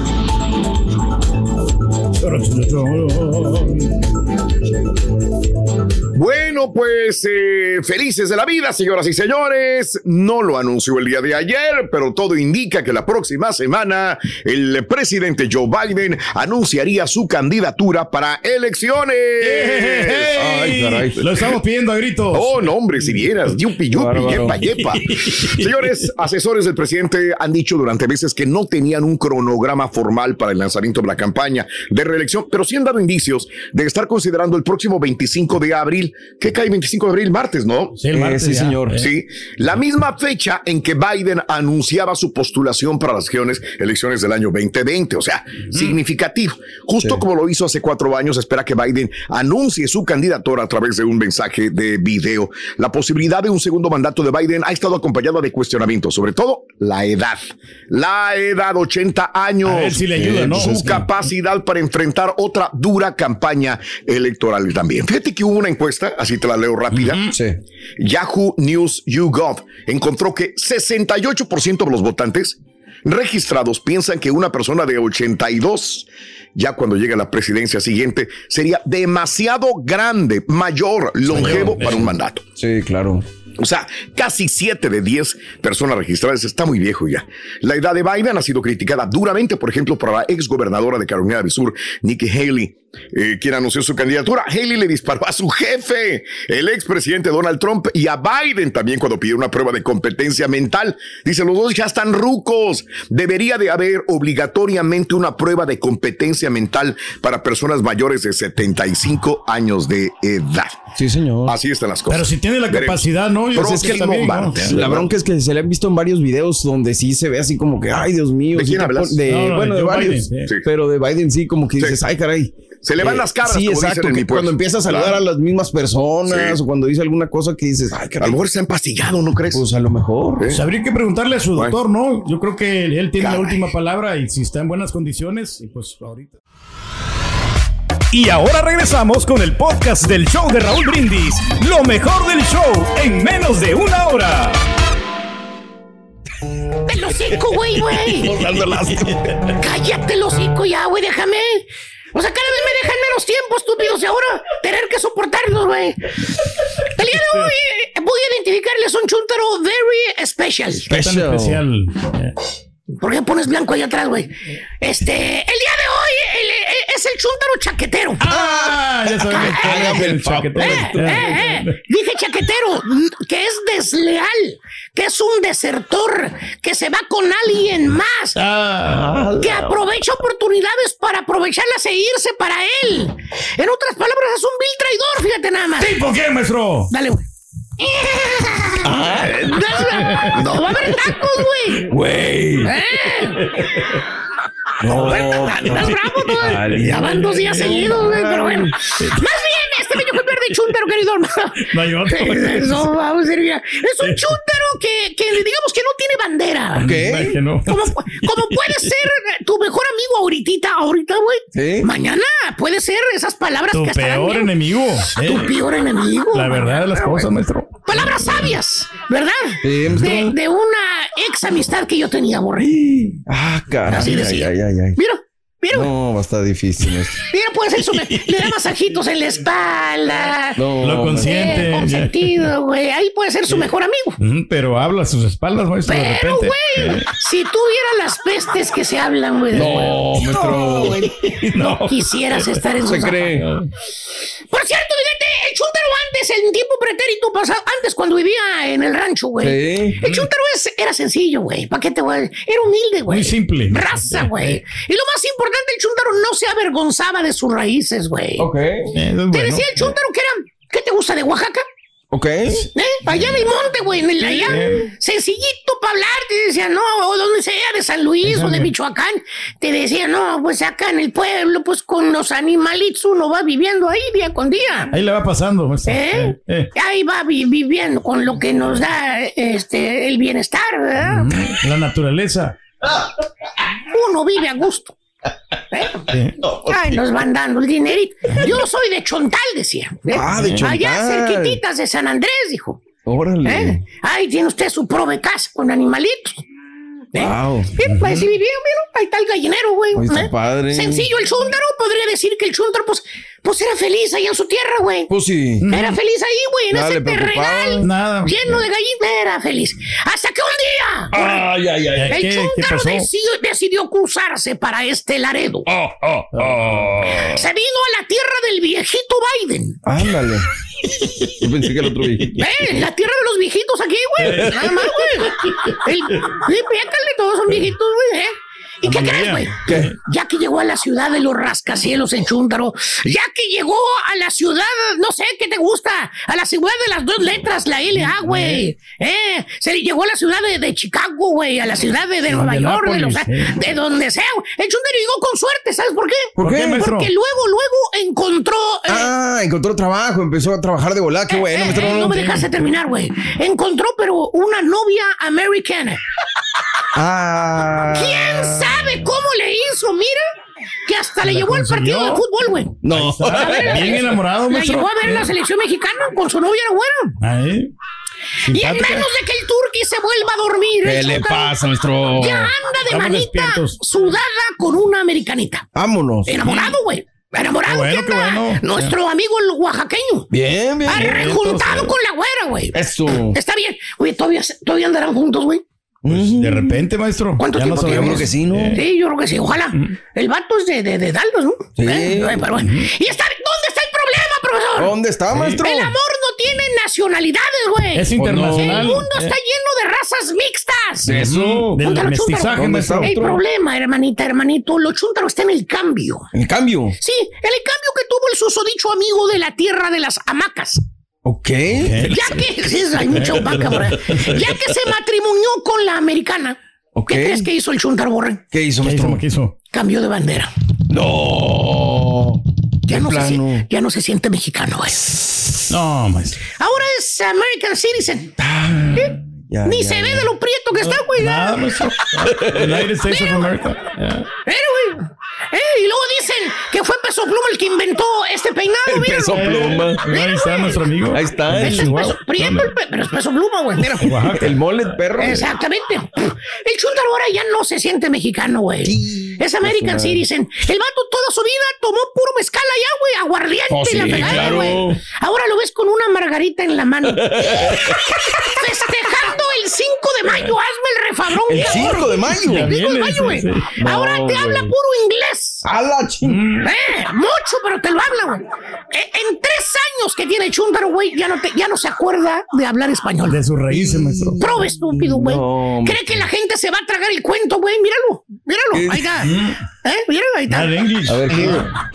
Bueno, pues eh, felices de la vida, señoras y señores. No lo anunció el día de ayer, pero todo indica que la próxima semana el presidente Joe Biden anunciaría su candidatura para elecciones. Ay, caray. Lo estamos pidiendo a gritos. Oh, no, hombre, si vieras, yupi, yupi, Bárbaro. yepa, yepa. Señores, asesores del presidente han dicho durante meses que no tenían un cronograma formal para el lanzamiento de la campaña de reelección, pero sí han dado indicios de estar considerando el próximo veinticinco de abril, que cae veinticinco de abril, martes, ¿no? Sí, el Eh, martes sí, ya. señor. Eh. Sí, la misma fecha en que Biden anunciaba su postulación para las elecciones, elecciones del año veinte veinte, o sea, significativo. Justo Sí. como lo hizo hace cuatro años, espera que Biden anuncie su candidatura a través de un mensaje de video. La posibilidad de un segundo mandato de Biden ha estado acompañada de cuestionamientos, sobre todo la edad. La edad, ochenta años. A ver si le ayuda, ¿no? Su Es que- capacidad para enfrentar otra dura campaña electoral también. Fíjate que hubo una encuesta, así te la leo rápida. Sí. Yahoo News YouGov encontró que sesenta y ocho por ciento de los votantes registrados piensan que una persona de ochenta y dos, ya cuando llegue a la presidencia siguiente, sería demasiado grande, mayor, longevo para un mandato. Sí, claro. O sea, casi siete de diez personas registradas está muy viejo ya. La edad de Biden ha sido criticada duramente, por ejemplo, por la ex gobernadora de Carolina del Sur, Nikki Haley, eh, quien anunció su candidatura. Haley le disparó a su jefe, el expresidente Donald Trump, y a Biden también cuando pidió una prueba de competencia mental. Dice, los dos ya están rucos. Debería de haber obligatoriamente una prueba de competencia mental para personas mayores de setenta y cinco años de edad. Sí, señor. Así están las cosas. Pero si tiene la capacidad, ¿no? Yo Pues es que también, ¿no? La bronca es que se le han visto en varios videos donde sí se ve así como que, ay, Dios mío. ¿De sí quién hablas? De, No, no, bueno, de, de varios. Biden, sí. Pero de Biden sí, como que Sí. dices, ay, caray. Se le van Eh, las caras, sí, como exacto, dicen en que mi pueblo. cuando empieza a saludar Claro. a las mismas personas Sí. o cuando dice alguna cosa que dices, ay, A caray. lo mejor está empastillado, ¿no crees? Pues a lo mejor. ¿Eh? Pues habría que preguntarle a su Bueno. doctor, ¿no? Yo creo que él tiene Caray. la última palabra y si está en buenas condiciones, y pues ahorita. Y ahora regresamos con el podcast del show de Raúl Brindis. Lo mejor del show en menos de una hora. ¡Te lo hocico, güey, güey! ¡Cállate el hocico ya, güey! ¡Déjame! O sea, cada vez me dejan menos tiempo, estúpidos, y ahora tener que soportarlos, güey. El día de hoy eh, voy a identificarles un chúntaro very special. ¿Qué tan especial? ¿Por qué pones blanco ahí atrás, güey? Este, el día de hoy el- el- es el chúntaro chaquetero. Ah, ya sabemos que Hágame es el el chaquetero. Eh, eh, eh. Dije chaquetero, que es desleal, que es un desertor, que se va con alguien más, Ah, que aprovecha oportunidades para aprovecharlas e irse para él. En otras palabras, es un vil traidor, fíjate nada más. ¿tipo qué, maestro? Dale, güey. No va a haber tacos, güey. Güey. ¿Eh? No, estás bravo todavía. Ya van dos días seguidos, güey, pero bueno. Más bien, este bello ejemplar de chúntaro, querido hermano. No hay otro. Eso, vamos a decir, mira. Es un chúntaro que, que digamos que no tiene bandera. ¿Qué? Que no. Como, como puede ser tu mejor amigo ahorita, ahorita, güey. ¿Sí? Mañana puede ser esas palabras Tu que estarán peor bien. enemigo. ¿eh? Tu peor enemigo. La verdad de las cosas, maestro. Palabras sabias, ¿verdad? Sí, de, de una ex amistad que yo tenía, borré. Ah, caray. Así Ay, decía. ay, ay, ay. Mira, mira, güey. No, va a estar difícil esto. Mira, puede ser su... Le da masajitos en la espalda. No, Lo consiente. Eh, consentido, güey. Ahí puede ser su mejor amigo. Mm, Pero habla a sus espaldas, maestro, de Pero, repente. güey, si tú vieras las pestes que se hablan, güey. No, maestro. No, güey. No. No quisieras estar en Se sus cree. zapatos. Por cierto, fíjate, el chúntaro antes, en tiempo pretérito pasado, antes cuando vivía en el rancho, güey. Sí. El chúntaro es- era sencillo, güey. ¿Para qué te voy a decir? Era humilde, güey. Muy simple. Raza, güey. Y lo más importante, el chúntaro no se avergonzaba de sus raíces, güey. Ok. Eh, eso es Te bueno. decía el chúntaro que era, ¿qué te gusta de Oaxaca? Ok. ¿Eh? Allá en el monte, güey, en el allá. Eh. Sencillito para hablar, te decía, no, o donde sea, de San Luis o de Michoacán. Te decía, no, pues acá en el pueblo, pues con los animalitos uno va viviendo ahí día con día. Ahí le va pasando, maestro. ¿Eh? Eh, eh. Ahí va vi- viviendo con lo que nos da este el bienestar, ¿verdad? Mm, La naturaleza. Uno vive a gusto. ¿Eh? Eh. Ay, nos van dando el dinerito. Yo soy de Chontal, decía. ¿eh? Ah, de Chontal. Allá cerquititas de San Andrés, dijo. Órale. ¿Eh? Ahí tiene usted su prove casa con animalitos. ¿Eh? Wow. Bien, pues si vivía, mira, ahí está el gallinero, güey. Ahí está ¿eh? padre. Sencillo el chúntaro, podría decir que el chúntaro, pues, pues era feliz ahí en su tierra, güey. Pues sí. Era feliz ahí, güey, en Nada ese le preocupaba. terrenal Nada. lleno de gallinas. Era feliz. Hasta que un día Ay, ay, ay. el ¿Qué- qué chúntaro pasó? decidió, decidió cruzarse para este Laredo. Oh, oh, oh. Se vino a la tierra del viejito Biden. Ándale. Yo pensé que el otro viejito. Eh, la tierra de los viejitos aquí, güey. Nada más, güey. El, sí, pécale, todos son viejitos, güey. ¿eh? ¿Y qué crees, güey? ¿Qué? Ya que llegó a la ciudad de los rascacielos en Chúntaro, ya que llegó a la ciudad, no sé, ¿qué te gusta? A la ciudad de las dos letras, la L A, güey. ¿Eh? Se llegó a la ciudad de, de Chicago, güey, a la ciudad de, de Nueva York, de, los, de donde sea. El Chúntaro llegó con suerte, ¿sabes por qué? ¿Por qué, maestro? Porque luego, luego encontró... eh, Ah, encontró trabajo, empezó a trabajar de volada. Qué bueno. eh, maestro. eh, no me dejaste terminar, güey. Encontró, pero una novia americana. Ah. ¿Quién sabe cómo le hizo? Mira, que hasta le ¿La llevó al consiguió? partido de fútbol, güey. No. A ver, Bien enamorado, La maestro. llevó a ver la selección mexicana con su novia, era buena. Ahí. Y en Simpática. menos de que el turqui se vuelva a dormir. ¿Qué el le chúntaro pasa, maestro? Ya anda de Estamos manita despiertos. sudada con una americanita. Vámonos. Enamorado, güey. Enamorado, Qué bueno, ¿quién qué anda? bueno. Nuestro amigo el oaxaqueño. Bien, bien. bien. Arrejuntado con la güera, güey. Eso. Está bien. Oye, todavía, todavía andarán juntos, güey. Pues de repente, maestro. ¿Cuánto ya tiempo no tiene? sabemos. Yo creo que sí, ¿no? Sí, yo creo que sí, ojalá. El vato es de, de, de Dallas, ¿no? Sí. ¿Eh? Pero bueno. ¿Y está, dónde está el problema, profesor? ¿Dónde está, maestro? El amor no tiene nacionalidades, güey. Es internacional. El mundo Eh. está lleno de razas mixtas. Eso. Del Póntalo, mestizaje, chúntaro. ¿Dónde está? maestro. El problema, hermanita, hermanito, lo chúntaro está en el cambio. El cambio. Sí, en el cambio que tuvo el susodicho amigo de la tierra de las hamacas. Ok. Ya que, sí, hay mucha hamaca por ahí. Ya que se matrimonió con la americana. Ok. ¿Qué crees que hizo el chúntaro, Borre? ¿Qué hizo, ¿Qué maestro? hizo? ¿Qué hizo? Cambió de bandera. No. Ya De no, se, plano. si- ya no se siente mexicano, güey. No, maestro. Ahora es American Citizen. ¿Eh? Ya, Ni ya, se ya. ve de lo prieto que está, güey. Nada, maestro. United States of America. Yeah. Pero, güey. Eh, y luego dicen que fue Peso Pluma el que inventó este peinado, El mira. Peso Pluma. Ahí está nuestro amigo. Ahí está. Ese es Chihuahua. peso, prieto, el pe- pero es Peso Pluma, güey. Mira. Oaxaca. El mole, perro. Exactamente. El chúntaro ahora ya no se siente mexicano, güey. Sí. Es American Nacional. Citizen. El vato toda su vida tomó puro mezcal allá, güey. Aguardiente Oh, y la sí, pegada, claro. güey. Ahora lo ves con una margarita en la mano. Festejando el cinco de mayo. Hazme el refabrón. El cabrón. cinco de mayo. El cinco de viene, mayo, sí, güey. sí. Ahora No, te habla güey. puro inglés. A la ching. Eh, mucho, pero te lo habla, güey. Eh, en tres años que tiene Chúntaro, güey, ya no, te, ya no se acuerda de hablar español. De sus raíces, maestro. Pro estúpido, güey. No, Cree que la gente se va a tragar el cuento, güey. Míralo, míralo. Ahí está. ¿Eh? Míralo, ahí está. Nada de English. A ver, ¿qué?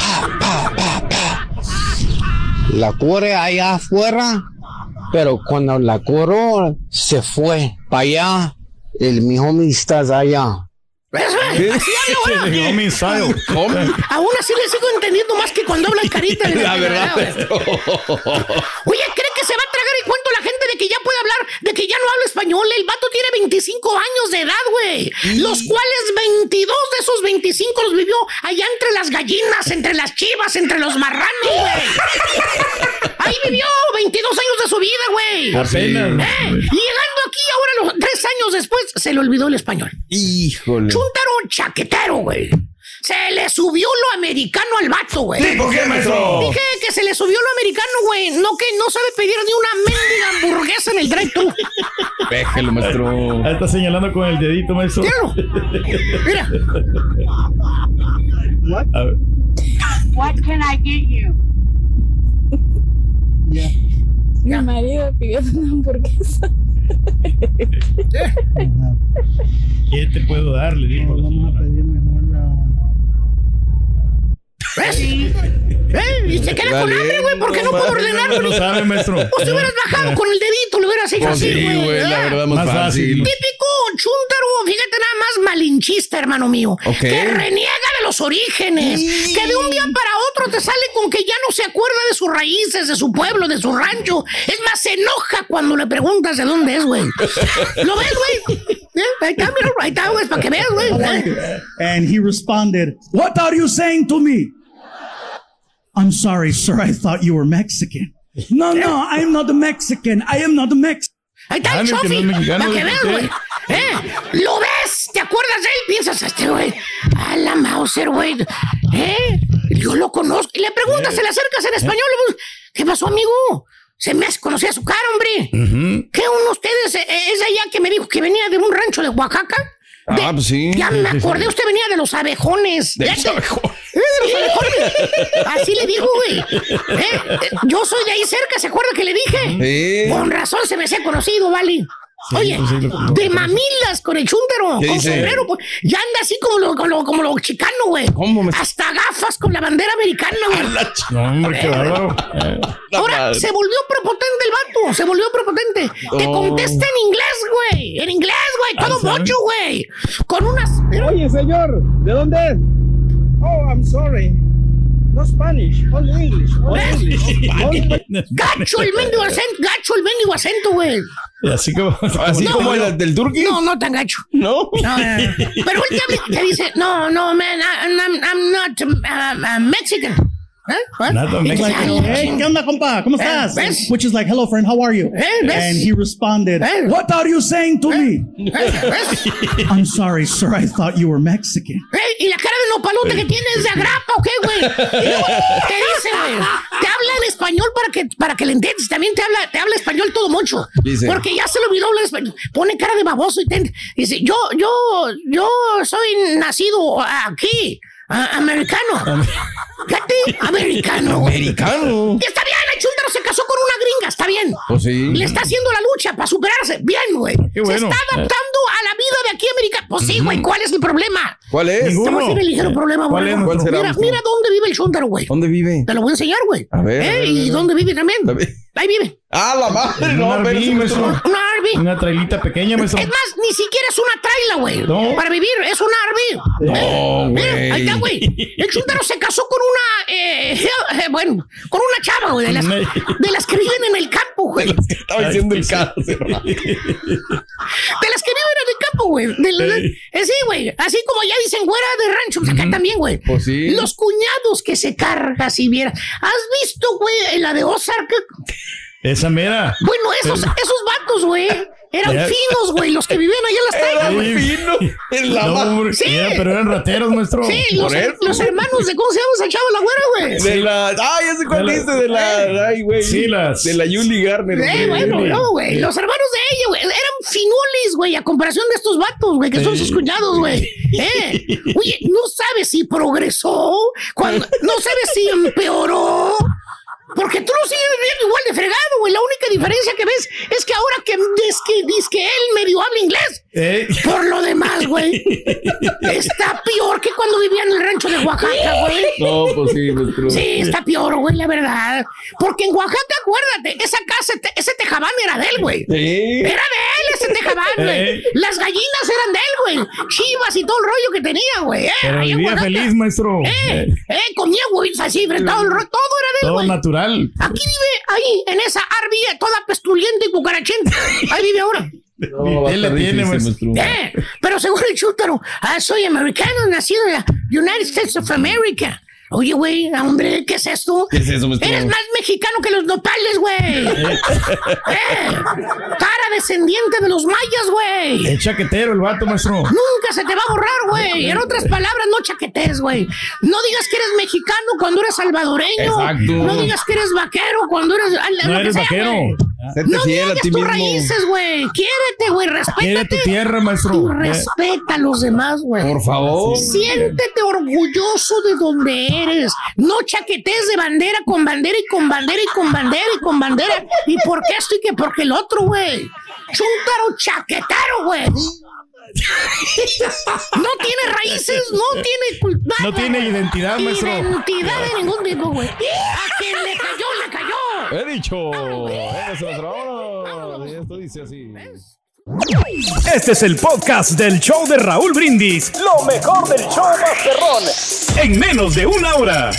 La corre allá afuera, pero cuando la corro se fue para allá, el mi homie está allá. Eso, eh, así habla, güey. The homie style. Aún así le sigo entendiendo más que cuando habla el carita. La verdad, güey. maestro. Oye, ¿cree que se va a tragar el cuento la gente de que ya puede hablar, de que ya no habla español? El vato tiene veinticinco años de edad, güey. Los cuales veintidós de esos veinticinco los vivió allá entre las gallinas, entre las chivas, entre los marranos, güey. Ahí vivió veintidós años de su vida, güey. Apenas. Eh, y llegando aquí ahora, los tres años después, se le olvidó el español. Híjole. Chúntaro chaquetero, güey. Se le subió lo americano al vato, güey. ¿Por qué, maestro? Dije que se le subió lo americano, güey. No que no sabe pedir ni una mendiga hamburguesa en el drive-thru. Déjelo, maestro. Ahí está señalando con el dedito, maestro. Míralo. Mira. A ver. What can I get you? Mi marido pidió una hamburguesa. ¿Qué te puedo dar? Le digo. Vamos a pedir mejor la... ¿Ves? ¿Eh? Y se queda con hambre, güey, porque no puedo ordenar, No lo güey. sabe, maestro. Pues te hubieras bajado con el dedito, lo hubieras hecho Pues así, sí, güey. güey, la ¿eh? verdad, más, Más fácil. fácil. Típico chúntaro, fíjate nada más malinchista, hermano mío. Ok. Que reniega de los orígenes. Sí. Que de un día para otro te sale con que ya no se acuerda de sus raíces, de su pueblo, de su rancho. Es más, se enoja cuando le preguntas de dónde es, güey. ¿Lo ves, güey? ¿Eh? Ahí está, mira, ahí está, güey, para que veas, güey. ¿Eh? And he responded, "What are you saying to me?" "I'm sorry, sir. I thought you were Mexican." "No, no, I'm not a Mexican. I am not a Mexican." Ahí está el Dale, que Sofi, no es mexicano, para que dice veas, usted. güey. ¿Eh? ¿Lo ves? ¿Te acuerdas de él? Piensas, este güey, a la Mauser, güey. ¿Eh? Yo lo conozco. Y le preguntas, se le acercas en español. le preguntas, ¿qué pasó, amigo? Se me hace conocía su cara, hombre. ¿Qué uno de ustedes eh, es allá que me dijo que venía de un rancho de Oaxaca? De- Ah, pues sí. Ya me acordé, usted venía de los abejones. De Ya los te- abejones. Eh, de los abejones. Así le dijo, güey. Eh, eh, yo soy de ahí cerca, ¿se acuerda que le dije? Sí. Con razón se me hace conocido, vale. Oye, pues sí, lo- de mamilas con el chúntaro, ¿Qué con dice? sombrero, pues, ya anda así como lo, como lo, como lo chicano, güey. ¿Cómo me- Hasta gafas con la bandera americana, güey. No, hombre, qué bárbaro. Eh, Ahora madre. se volvió prepotente el vato, se volvió prepotente. Te Oh. contesta en inglés, güey. En inglés, güey, todo Ah, ¿sabe? mocho, güey. Con unas. Oye, señor, ¿de dónde es? Oh, I'm sorry. No Spanish, only English. Only English. Only- Gacho el mendigo acento, gacho el mendigo acento, güey. Y así como. Así No, como no. el del turqui. No, no tan gacho. No. No, eh, pero él te, habla- te dice, no, no, man, I- I'm, I'm not um, uh, uh, Mexican. ¿Eh? ¿Eh? Nada, Y Mexican. dice, "Ay, la Hey, ching-". ¿qué onda, compa? ¿Cómo estás? ¿ves? Which is like, hello, friend, how are you? Eh, ¿ves? And he responded, Eh. "What are you saying to me?" ¿Eh? ¿Ves? "I'm sorry, sir. I thought you were Mexican." ¿Eh? Y la cara de nopalote que tienes de agrapa, ¿o qué, güey. Y luego te dice, güey, te habla en español para que, para que le entiendas. También te habla, te habla español todo mucho. Dice. Porque ya se le olvidó hablar español. Pone cara de baboso y te dice, yo, yo, yo soy nacido aquí. Uh, americano. Fíjate, americano. Americano. Y está bien, el chúndaro se casó con una gringa, está bien. Pues sí. Le está haciendo la lucha para superarse. Bien, güey. Qué bueno. Se está adaptando a la vida de aquí americana. Pues sí, güey, ¿cuál es el problema? ¿Cuál es? Te voy a decir el ligero problema, ¿Cuál güey. es? ¿Cuál será, Mira, maestro? mira dónde vive el chúndaro, güey. ¿Dónde vive? Te lo voy a enseñar, güey. A ver, ¿Eh? a ver, a ¿Y ver. dónde vive también? A ver. Ahí vive. Ah, la madre. No, Un R V, pero maestro. Una R V. Una trailita pequeña, maestro. Es más, ni siquiera es una traila, güey. No. Para vivir, es una R V. No, Mira, güey. ahí está, güey. El chúndaro se casó con una, eh, eh, bueno, con una chava, güey, de las, de las que viven en el campo, güey. De Estaba diciendo el caso. las que viven en el campo, güey. De la- de- eh, sí, güey. Así como ya dicen, güera de rancho, pues acá también, güey. Pues sí. Los cuñados que se carga, si viera. ¿Has visto, güey, en la de Ozark? Esa mera. Bueno, esos, esos vatos, güey, eran Ya. finos, güey, los que vivían allá en las Era teclas, güey. fino. En la No, ma- hombre, Sí. ya, pero eran rateros, maestro. Sí, los, Por eso. los hermanos de, ¿cómo se llama esa chava, la güera, güey? De la. Ay, ya sé cuál De la- dice. De la. Ay, güey. Sí, las- De la Yuli Garner. Eh, güey. bueno, no, güey. Los hermanos de ella, güey, eran finolis, güey, a comparación de estos vatos, güey, que son sus cuñados, güey. Eh. Oye, no sabes si progresó, cuando, no sabes si empeoró. Porque tú lo sigues viviendo igual de fregado, güey. La única diferencia que ves es que ahora que dices que, dice que él medio habla inglés. Eh. Por lo demás, güey, está peor que cuando vivía en el rancho de Oaxaca, güey. No, pues sí, maestro. Sí, está peor, güey, la verdad. Porque en Oaxaca, acuérdate, esa casa, te- ese tejabán era de él, güey. Sí. Era de él ese tejabán, güey. Eh. Las gallinas eran de él, güey. Chivas y todo el rollo que tenía, güey. Eh, Pero ahí en vivía Oaxaca. feliz, maestro. Eh, eh, comía huevitos así, todo el rollo, todo era de él, Todo güey. natural. Aquí vive, ahí, en esa arbilla, toda pestulienta y cucarachenta. Ahí vive ahora. No, va a Él le estar tiene, difícil, maestro. Eh, pero según el chútaro, ah, soy americano, nacido en la United States of America. Oye, güey, hombre, ¿qué es esto? ¿Qué es eso, maestro? Eres más mexicano que los nopales, güey. eh, cara descendiente de los mayas, güey. Es chaquetero el vato, maestro. Nunca se te va a borrar, güey. En otras palabras, no chaquetes, güey. No digas que eres mexicano cuando eres salvadoreño. Exacto. No digas que eres vaquero cuando eres... No lo que eres sea, vaquero. güey. Séte No fiel a niegues ti tus mismo. raíces, güey. Quiérete, güey. Quiere Respétate. tu tierra, maestro. Y Eh. respeta a los demás, güey. Por favor. Siéntete orgulloso de donde eres. No chaquetes de bandera con bandera y con bandera y con bandera y con bandera. ¿Y por qué esto y que porque el otro, güey? Chúntaro chaquetero, güey. No tiene raíces, no tiene cultura. No tiene identidad, maestro. Identidad de ningún tipo, güey. A quien le cayó, le cayó. He dicho. Eso, maestro. Vámonos. Esto dice así. Este es el podcast del show de Raúl Brindis. Lo mejor del show Masterrón. En menos de una hora.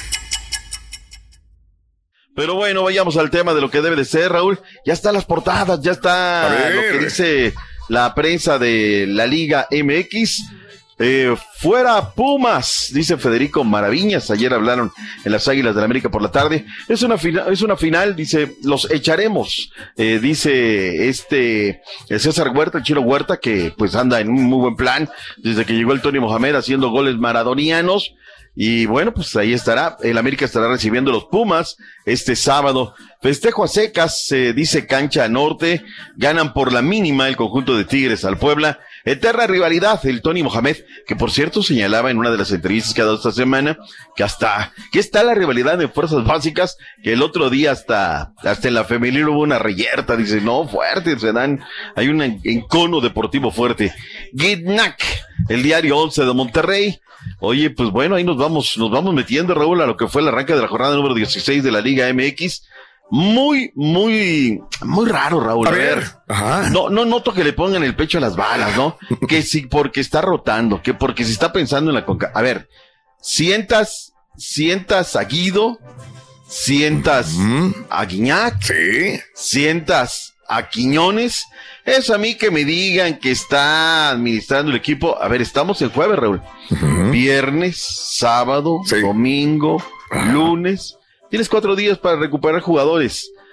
Pero bueno, vayamos al tema de lo que debe de ser, Raúl. Ya están las portadas, ya está lo que dice la prensa de la Liga M X. Eh, fuera Pumas, dice Federico Maraviñas. Ayer hablaron en las Águilas del América por la tarde. Es una final, es una final, dice, los echaremos. Eh, dice este el César Huerta, el Chino Huerta, que pues anda en un muy buen plan desde que llegó el Tony Mohamed haciendo goles maradonianos. Y bueno, pues ahí estará, el América estará recibiendo los Pumas este sábado. Festejo a secas, se eh, dice Cancha Norte, ganan por la mínima el conjunto de Tigres al Puebla. Eterna rivalidad, el Tony Mohamed, que por cierto señalaba en una de las entrevistas que ha dado esta semana, que hasta, que está la rivalidad de fuerzas básicas, que el otro día hasta, hasta en la femenil hubo una reyerta, dice, no, fuerte, se dan, hay un encono deportivo fuerte. Guitnac, el diario once de Monterrey. Oye, pues bueno, ahí nos vamos, nos vamos metiendo, Raúl, a lo que fue el arranque de la jornada número dieciséis de la Liga M X. Muy, muy, muy raro, Raúl. A A ver, ver, ajá. no, no noto que le pongan el pecho a las balas, ¿no? Que sí, porque está rotando, que porque se está pensando en la conca. A ver, sientas, sientas a Guido, sientas Mm, a Guiñac, sí. sientas a Quiñones. Es a mí que me digan que está administrando el equipo. A ver, estamos en jueves, Raúl. Ujú. Viernes, sábado, Sí. domingo, Ajá. lunes. Tienes cuatro días para recuperar jugadores.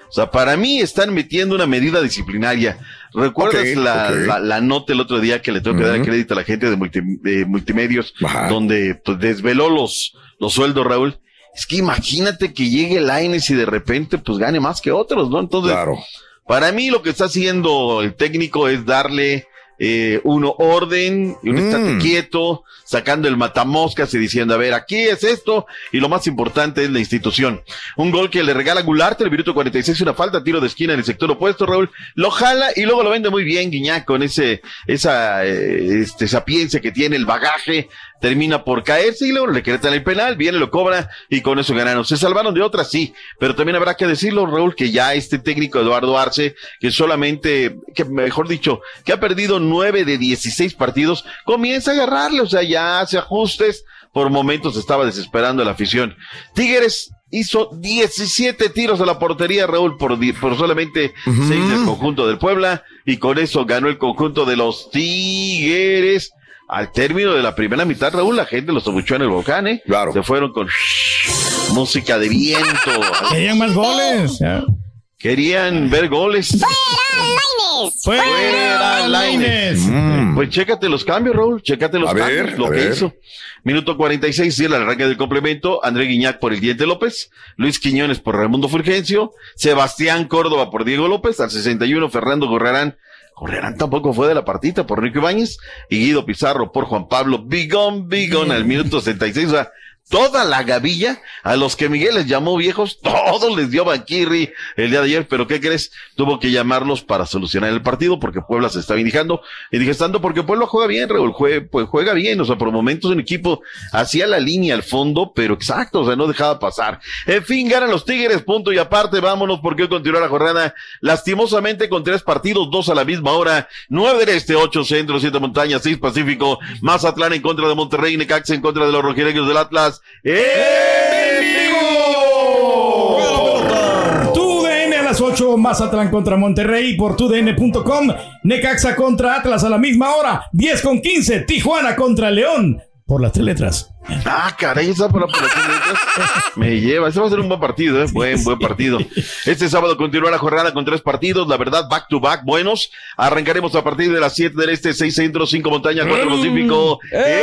O sea, para mí están metiendo una medida disciplinaria. ¿Recuerdas okay, la, okay. La, la nota el otro día que le tengo que uh-huh. dar crédito a la gente de, multi, de multimedios, Ajá. donde pues, desveló los, los sueldos, Raúl? Es que imagínate que llegue Lainez y de repente pues gane más que otros, ¿no? Entonces, claro. Para mí lo que está haciendo el técnico es darle eh, uno orden y un mm. estate quieto, sacando el matamoscas y diciendo, a ver, aquí es esto, y lo más importante es la institución. Un gol que le regala Goulart en el minuto cuarenta y seis, una falta, tiro de esquina en el sector opuesto, Raúl, lo jala y luego lo vende muy bien Guiñac con ese, esa, eh, este, sapiencia que tiene, el bagaje, termina por caerse y luego le quedan el penal, viene, lo cobra y con eso ganaron. Se salvaron de otras, sí, pero también habrá que decirlo, Raúl, que ya este técnico Eduardo Arce, que solamente, que mejor dicho, que ha perdido nueve de dieciséis partidos, comienza a agarrarle, o sea, ya hace ajustes, por momentos estaba desesperando a la afición. Tigres hizo diecisiete tiros a la portería, Raúl, por, por solamente uh-huh. seis del conjunto del Puebla, y con eso ganó el conjunto de los Tigres. Al término de la primera mitad, Raúl, la gente los abuchó en el volcán, ¿eh? Claro. Se fueron con música de viento. Querían más goles. ¿Ya? Querían ver goles. ¡Fuera Lainez! ¡Fuera Lainez! Mm. Pues chécate los cambios, Raúl. Chécate los a cambios, ver, lo que ver. hizo. Minuto cuarenta y seis, sí, el arranque del complemento. André Guiñac por el Diente López. Luis Quiñones por Raimundo Fulgencio. Sebastián Córdoba por Diego López. Al sesenta y uno, Fernando Gorrerán. Gorrerán tampoco fue de la partita por Nico Ibáñez. Y Guido Pizarro por Juan Pablo Bigón, Bigón al minuto sesenta y seis. O sea, toda la gavilla, a los que Miguel les llamó viejos, todos les dio banquirri el día de ayer, pero ¿qué crees? Tuvo que llamarlos para solucionar el partido, porque Puebla se estaba indicando, y dije, estando porque Puebla juega bien, Raúl, juega, pues juega bien, o sea, por momentos un equipo hacía la línea al fondo, pero exacto, o sea, no dejaba pasar. En fin, ganan los Tigres, punto y aparte, vámonos, porque hoy continúa la jornada, lastimosamente con tres partidos, dos a la misma hora, nueve del este, ocho centro, siete montañas, seis Pacífico, Mazatlán en contra de Monterrey, Necaxa en contra de los rojinegros del Atlas, ¡en vivo! Tu D N a las ocho, Mazatlán contra Monterrey por tu D N punto com, Necaxa contra Atlas a la misma hora, diez con quince, Tijuana contra León por las tres letras. Ah, caray, esa por las tres letras me lleva, ese va a ser un buen partido, ¿eh? Buen, buen partido. Este sábado continúa la jornada con tres partidos, la verdad, back to back, buenos. Arrancaremos a partir de las siete del este, seis centro, cinco montañas, cuatro Pacífico.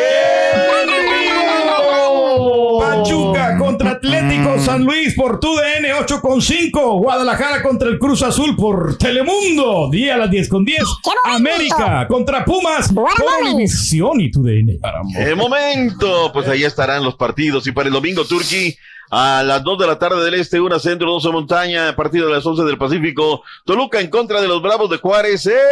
Pachuca contra Atlético San Luis por tu D N ocho con cinco, Guadalajara contra el Cruz Azul por Telemundo, día a las diez con diez, América contra Pumas por Univisión y tu D N. ¡Qué momento! Pues ahí estarán los partidos, y para el domingo, Turquí, a las dos de la tarde del este, una centro, doce montaña, a partir de las once del Pacífico, Toluca en contra de los Bravos de Juárez. ¡En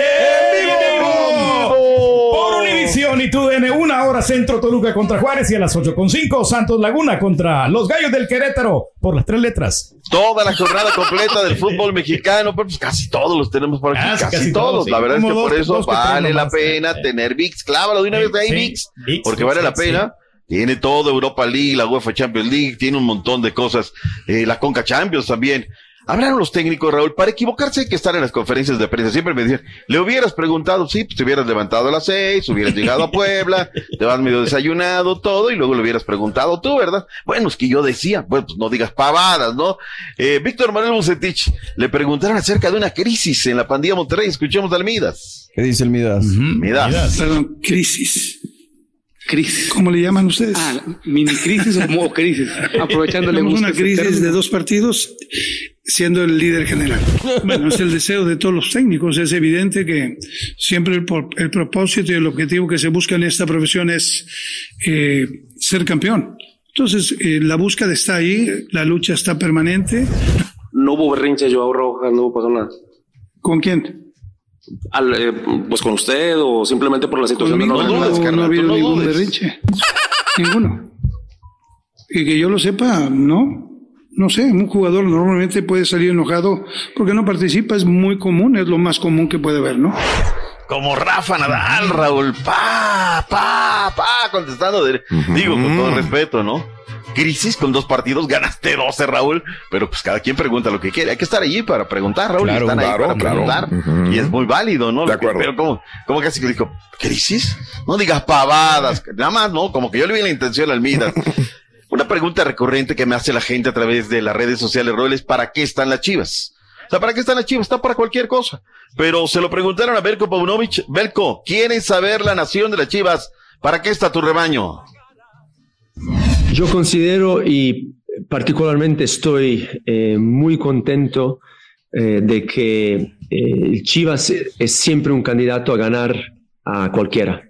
vivo! Por Univisión y tu D N, una hora centro, Toluca contra Juárez, y a las ocho con cinco, Santos Laguna contra los Gallos del Querétaro por las tres letras. Toda la jornada completa del fútbol mexicano, pues casi todos los tenemos por aquí, casi, casi, casi todos. todos sí. La verdad es que dos, por eso vale la pena eh. tener V I X. Clávalo de una sí, vez ahí, sí. V I X, V I X, porque vale sí, la pena. Sí. Tiene todo, Europa League, la UEFA Champions League, tiene un montón de cosas, eh, la Conca Champions también. Hablaron los técnicos, Raúl, para equivocarse hay que estar en las conferencias de prensa. Siempre me decían, le hubieras preguntado, sí, pues te hubieras levantado a las seis, hubieras llegado a Puebla, te vas medio desayunado, todo, y luego le hubieras preguntado tú, ¿verdad? Bueno, es que yo decía, bueno, pues no digas pavadas, ¿no? Eh, Víctor Manuel Bucetich, le preguntaron acerca de una crisis en la pandilla Monterrey. Escuchemos al Midas. ¿Qué dice el Midas? Uh-huh. Midas. Midas. Perdón, crisis. Crisis. ¿Cómo le llaman ustedes? Ah, mini crisis o crisis. Aprovechándole una crisis de dos partidos, siendo el líder general. Bueno, es el deseo de todos los técnicos. Es evidente que siempre el, el propósito y el objetivo que se busca en esta profesión es eh, ser campeón. Entonces, eh, la búsqueda está ahí, la lucha está permanente. No hubo berrinche, Joao Rojas, no pasó nada. ¿Con quién? Al, eh, pues con usted o simplemente por la situación. Conmigo, de no, no, no, no ha habido no ningún dudes. berrinche. Ninguno. Y que yo lo sepa, no. No sé, un jugador normalmente puede salir enojado porque no participa, es muy común, es lo más común que puede haber, ¿no? Como Rafa Nadal, Raúl, pa, pa, pa, contestando, de, uh-huh. digo, con todo respeto, ¿no? Crisis con dos partidos, ganaste doce, Raúl, pero pues cada quien pregunta lo que quiere. Hay que estar allí para preguntar, Raúl, claro, y están claro, ahí para claro. preguntar, uh-huh. y es muy válido, ¿no? De acuerdo. Que, pero como, como casi que dijo, ¿crisis? No digas pavadas, nada más, ¿no? Como que yo le vi la intención al Midas. Una pregunta recurrente que me hace la gente a través de las redes sociales, Raúl, es ¿para qué están las Chivas? O sea, ¿para qué están las Chivas? Está para cualquier cosa. Pero se lo preguntaron a Belko Paunovic. Belko, ¿quieren saber la nación de las Chivas? ¿Para qué está tu rebaño? Yo considero y particularmente estoy eh, muy contento eh, de que eh, el Chivas es siempre un candidato a ganar a cualquiera.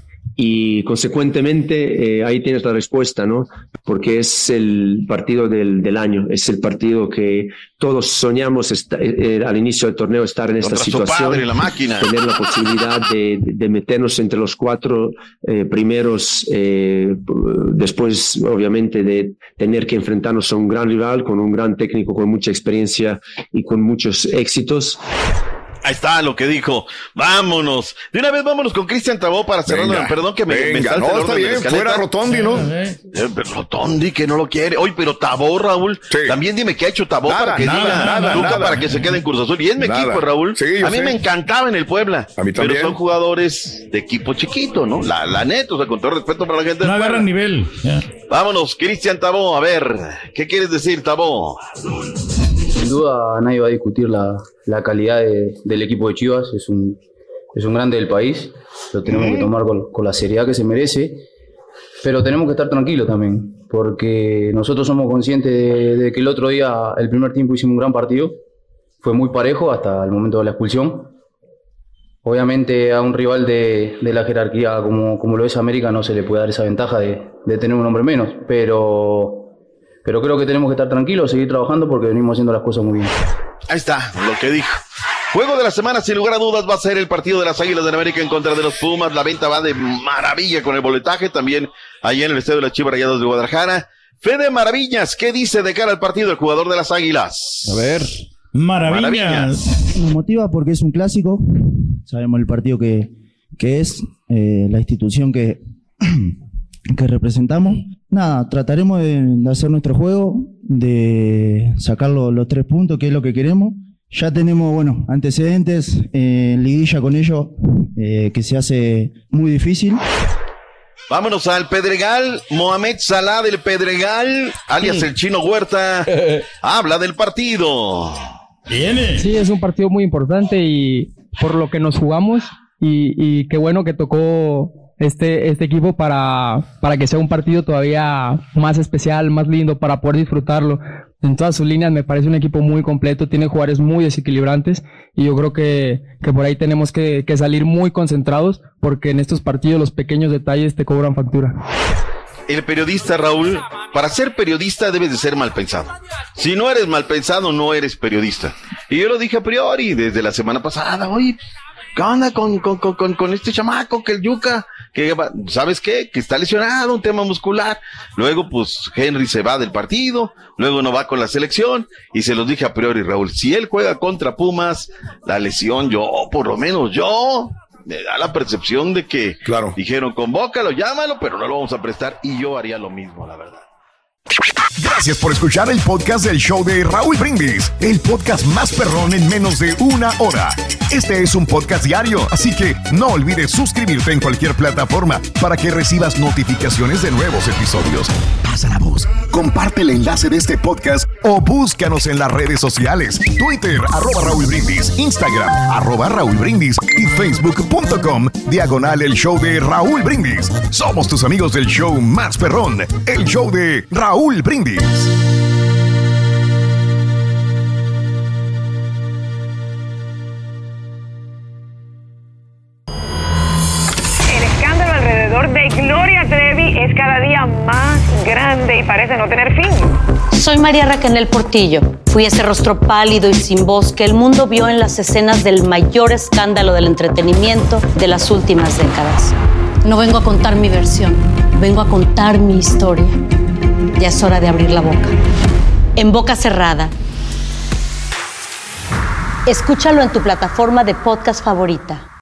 Y consecuentemente eh, ahí tienes la respuesta, ¿no? Porque es el partido del, del año, es el partido que todos soñamos esta, eh, al inicio del torneo estar en esta Contra situación, su padre, la máquina. Tener la posibilidad de, de meternos entre los cuatro eh, primeros, eh, después obviamente de tener que enfrentarnos a un gran rival, con un gran técnico, con mucha experiencia y con muchos éxitos. Ahí está lo que dijo. Vámonos. De una vez vámonos con Cristian Tabó para cerrar. Perdón que me, venga, me salte no, el está orden de bien, la escaleta. fuera Rotondi, ¿no? Eh, pero Rotondi que no lo quiere. Oye, pero Tabó, Raúl, sí. También dime qué ha hecho Tabó nada, para que nada, diga nada, Tuca nada. para que se quede en Cruz Azul. Y es mi Nada. equipo, Raúl. Sí, yo a mí sé. me encantaba en el Puebla. A mí también. Pero son jugadores de equipo chiquito, ¿no? La, la neta, o sea, con todo respeto para la gente. No agarran nivel. Yeah. Vámonos, Cristian Tabó, a ver, ¿qué quieres decir, Tabó? Sin duda nadie va a discutir la, la calidad de, del equipo de Chivas, es un, es un grande del país, lo tenemos que tomar con, con la seriedad que se merece, pero tenemos que estar tranquilos también, porque nosotros somos conscientes de, de que el otro día, el primer tiempo hicimos un gran partido, fue muy parejo hasta el momento de la expulsión. Obviamente a un rival de, de la jerarquía como, como lo es América no se le puede dar esa ventaja de, de tener un hombre menos, pero... Pero creo que tenemos que estar tranquilos, seguir trabajando porque venimos haciendo las cosas muy bien. Ahí está, lo que dijo. Juego de la semana, sin lugar a dudas, va a ser el partido de las Águilas del América en contra de los Pumas. La venta va de maravilla con el boletaje, también ahí en el estadio de las Chivas Rayadas de Guadalajara. Fede Maravillas, ¿qué dice de cara al partido el jugador de las Águilas? A ver, Maravillas. Maravillas. Nos motiva porque es un clásico, sabemos el partido que, que es, eh, la institución que, que representamos. Nada, trataremos de, de hacer nuestro juego, de sacar lo, los tres puntos, que es lo que queremos. Ya tenemos, bueno, antecedentes eh, en liguilla con ellos, eh, que se hace muy difícil. Vámonos al Pedregal. Mohamed Salah del Pedregal, alias el Chino Huerta, habla del partido. Viene. Sí, es un partido muy importante y por lo que nos jugamos y, y qué bueno que tocó este, este equipo para, para que sea un partido todavía más especial, más lindo, para poder disfrutarlo. En todas sus líneas me parece un equipo muy completo, tiene jugadores muy desequilibrantes y yo creo que, que por ahí tenemos que, que salir muy concentrados porque en estos partidos los pequeños detalles te cobran factura. El periodista, Raúl, para ser periodista debes de ser mal pensado. Si no eres mal pensado, no eres periodista. Y yo lo dije a priori desde la semana pasada. Oye, ¿qué onda con, con, con, con este chamaco, que el Yuca? Que, ¿sabes qué? Que está lesionado, un tema muscular. Luego, pues, Henry se va del partido. Luego no va con la selección. Y se los dije a priori, Raúl. Si él juega contra Pumas, la lesión, yo, por lo menos yo... me da la percepción de que claro. Dijeron, convócalo, llámalo, pero no lo vamos a prestar, y yo haría lo mismo, la verdad. Gracias por escuchar el podcast del show de Raúl Brindis, el podcast más perrón en menos de una hora. Este es un podcast diario, así que no olvides suscribirte en cualquier plataforma para que recibas notificaciones de nuevos episodios. Pasa la voz, comparte el enlace de este podcast o búscanos en las redes sociales. Twitter, arroba Raúl Brindis, Instagram, arroba Raúl Brindis y Facebook.com, diagonal el show de Raúl Brindis. Somos tus amigos del show más perrón, el show de Raúl Brindis. El escándalo alrededor de Gloria Trevi es cada día más grande y parece no tener fin. Soy María Raquel Portillo. Fui ese rostro pálido y sin voz que el mundo vio en las escenas del mayor escándalo del entretenimiento de las últimas décadas. No vengo a contar mi versión, vengo a contar mi historia. Ya es hora de abrir la boca. En boca cerrada. Escúchalo en tu plataforma de podcast favorita.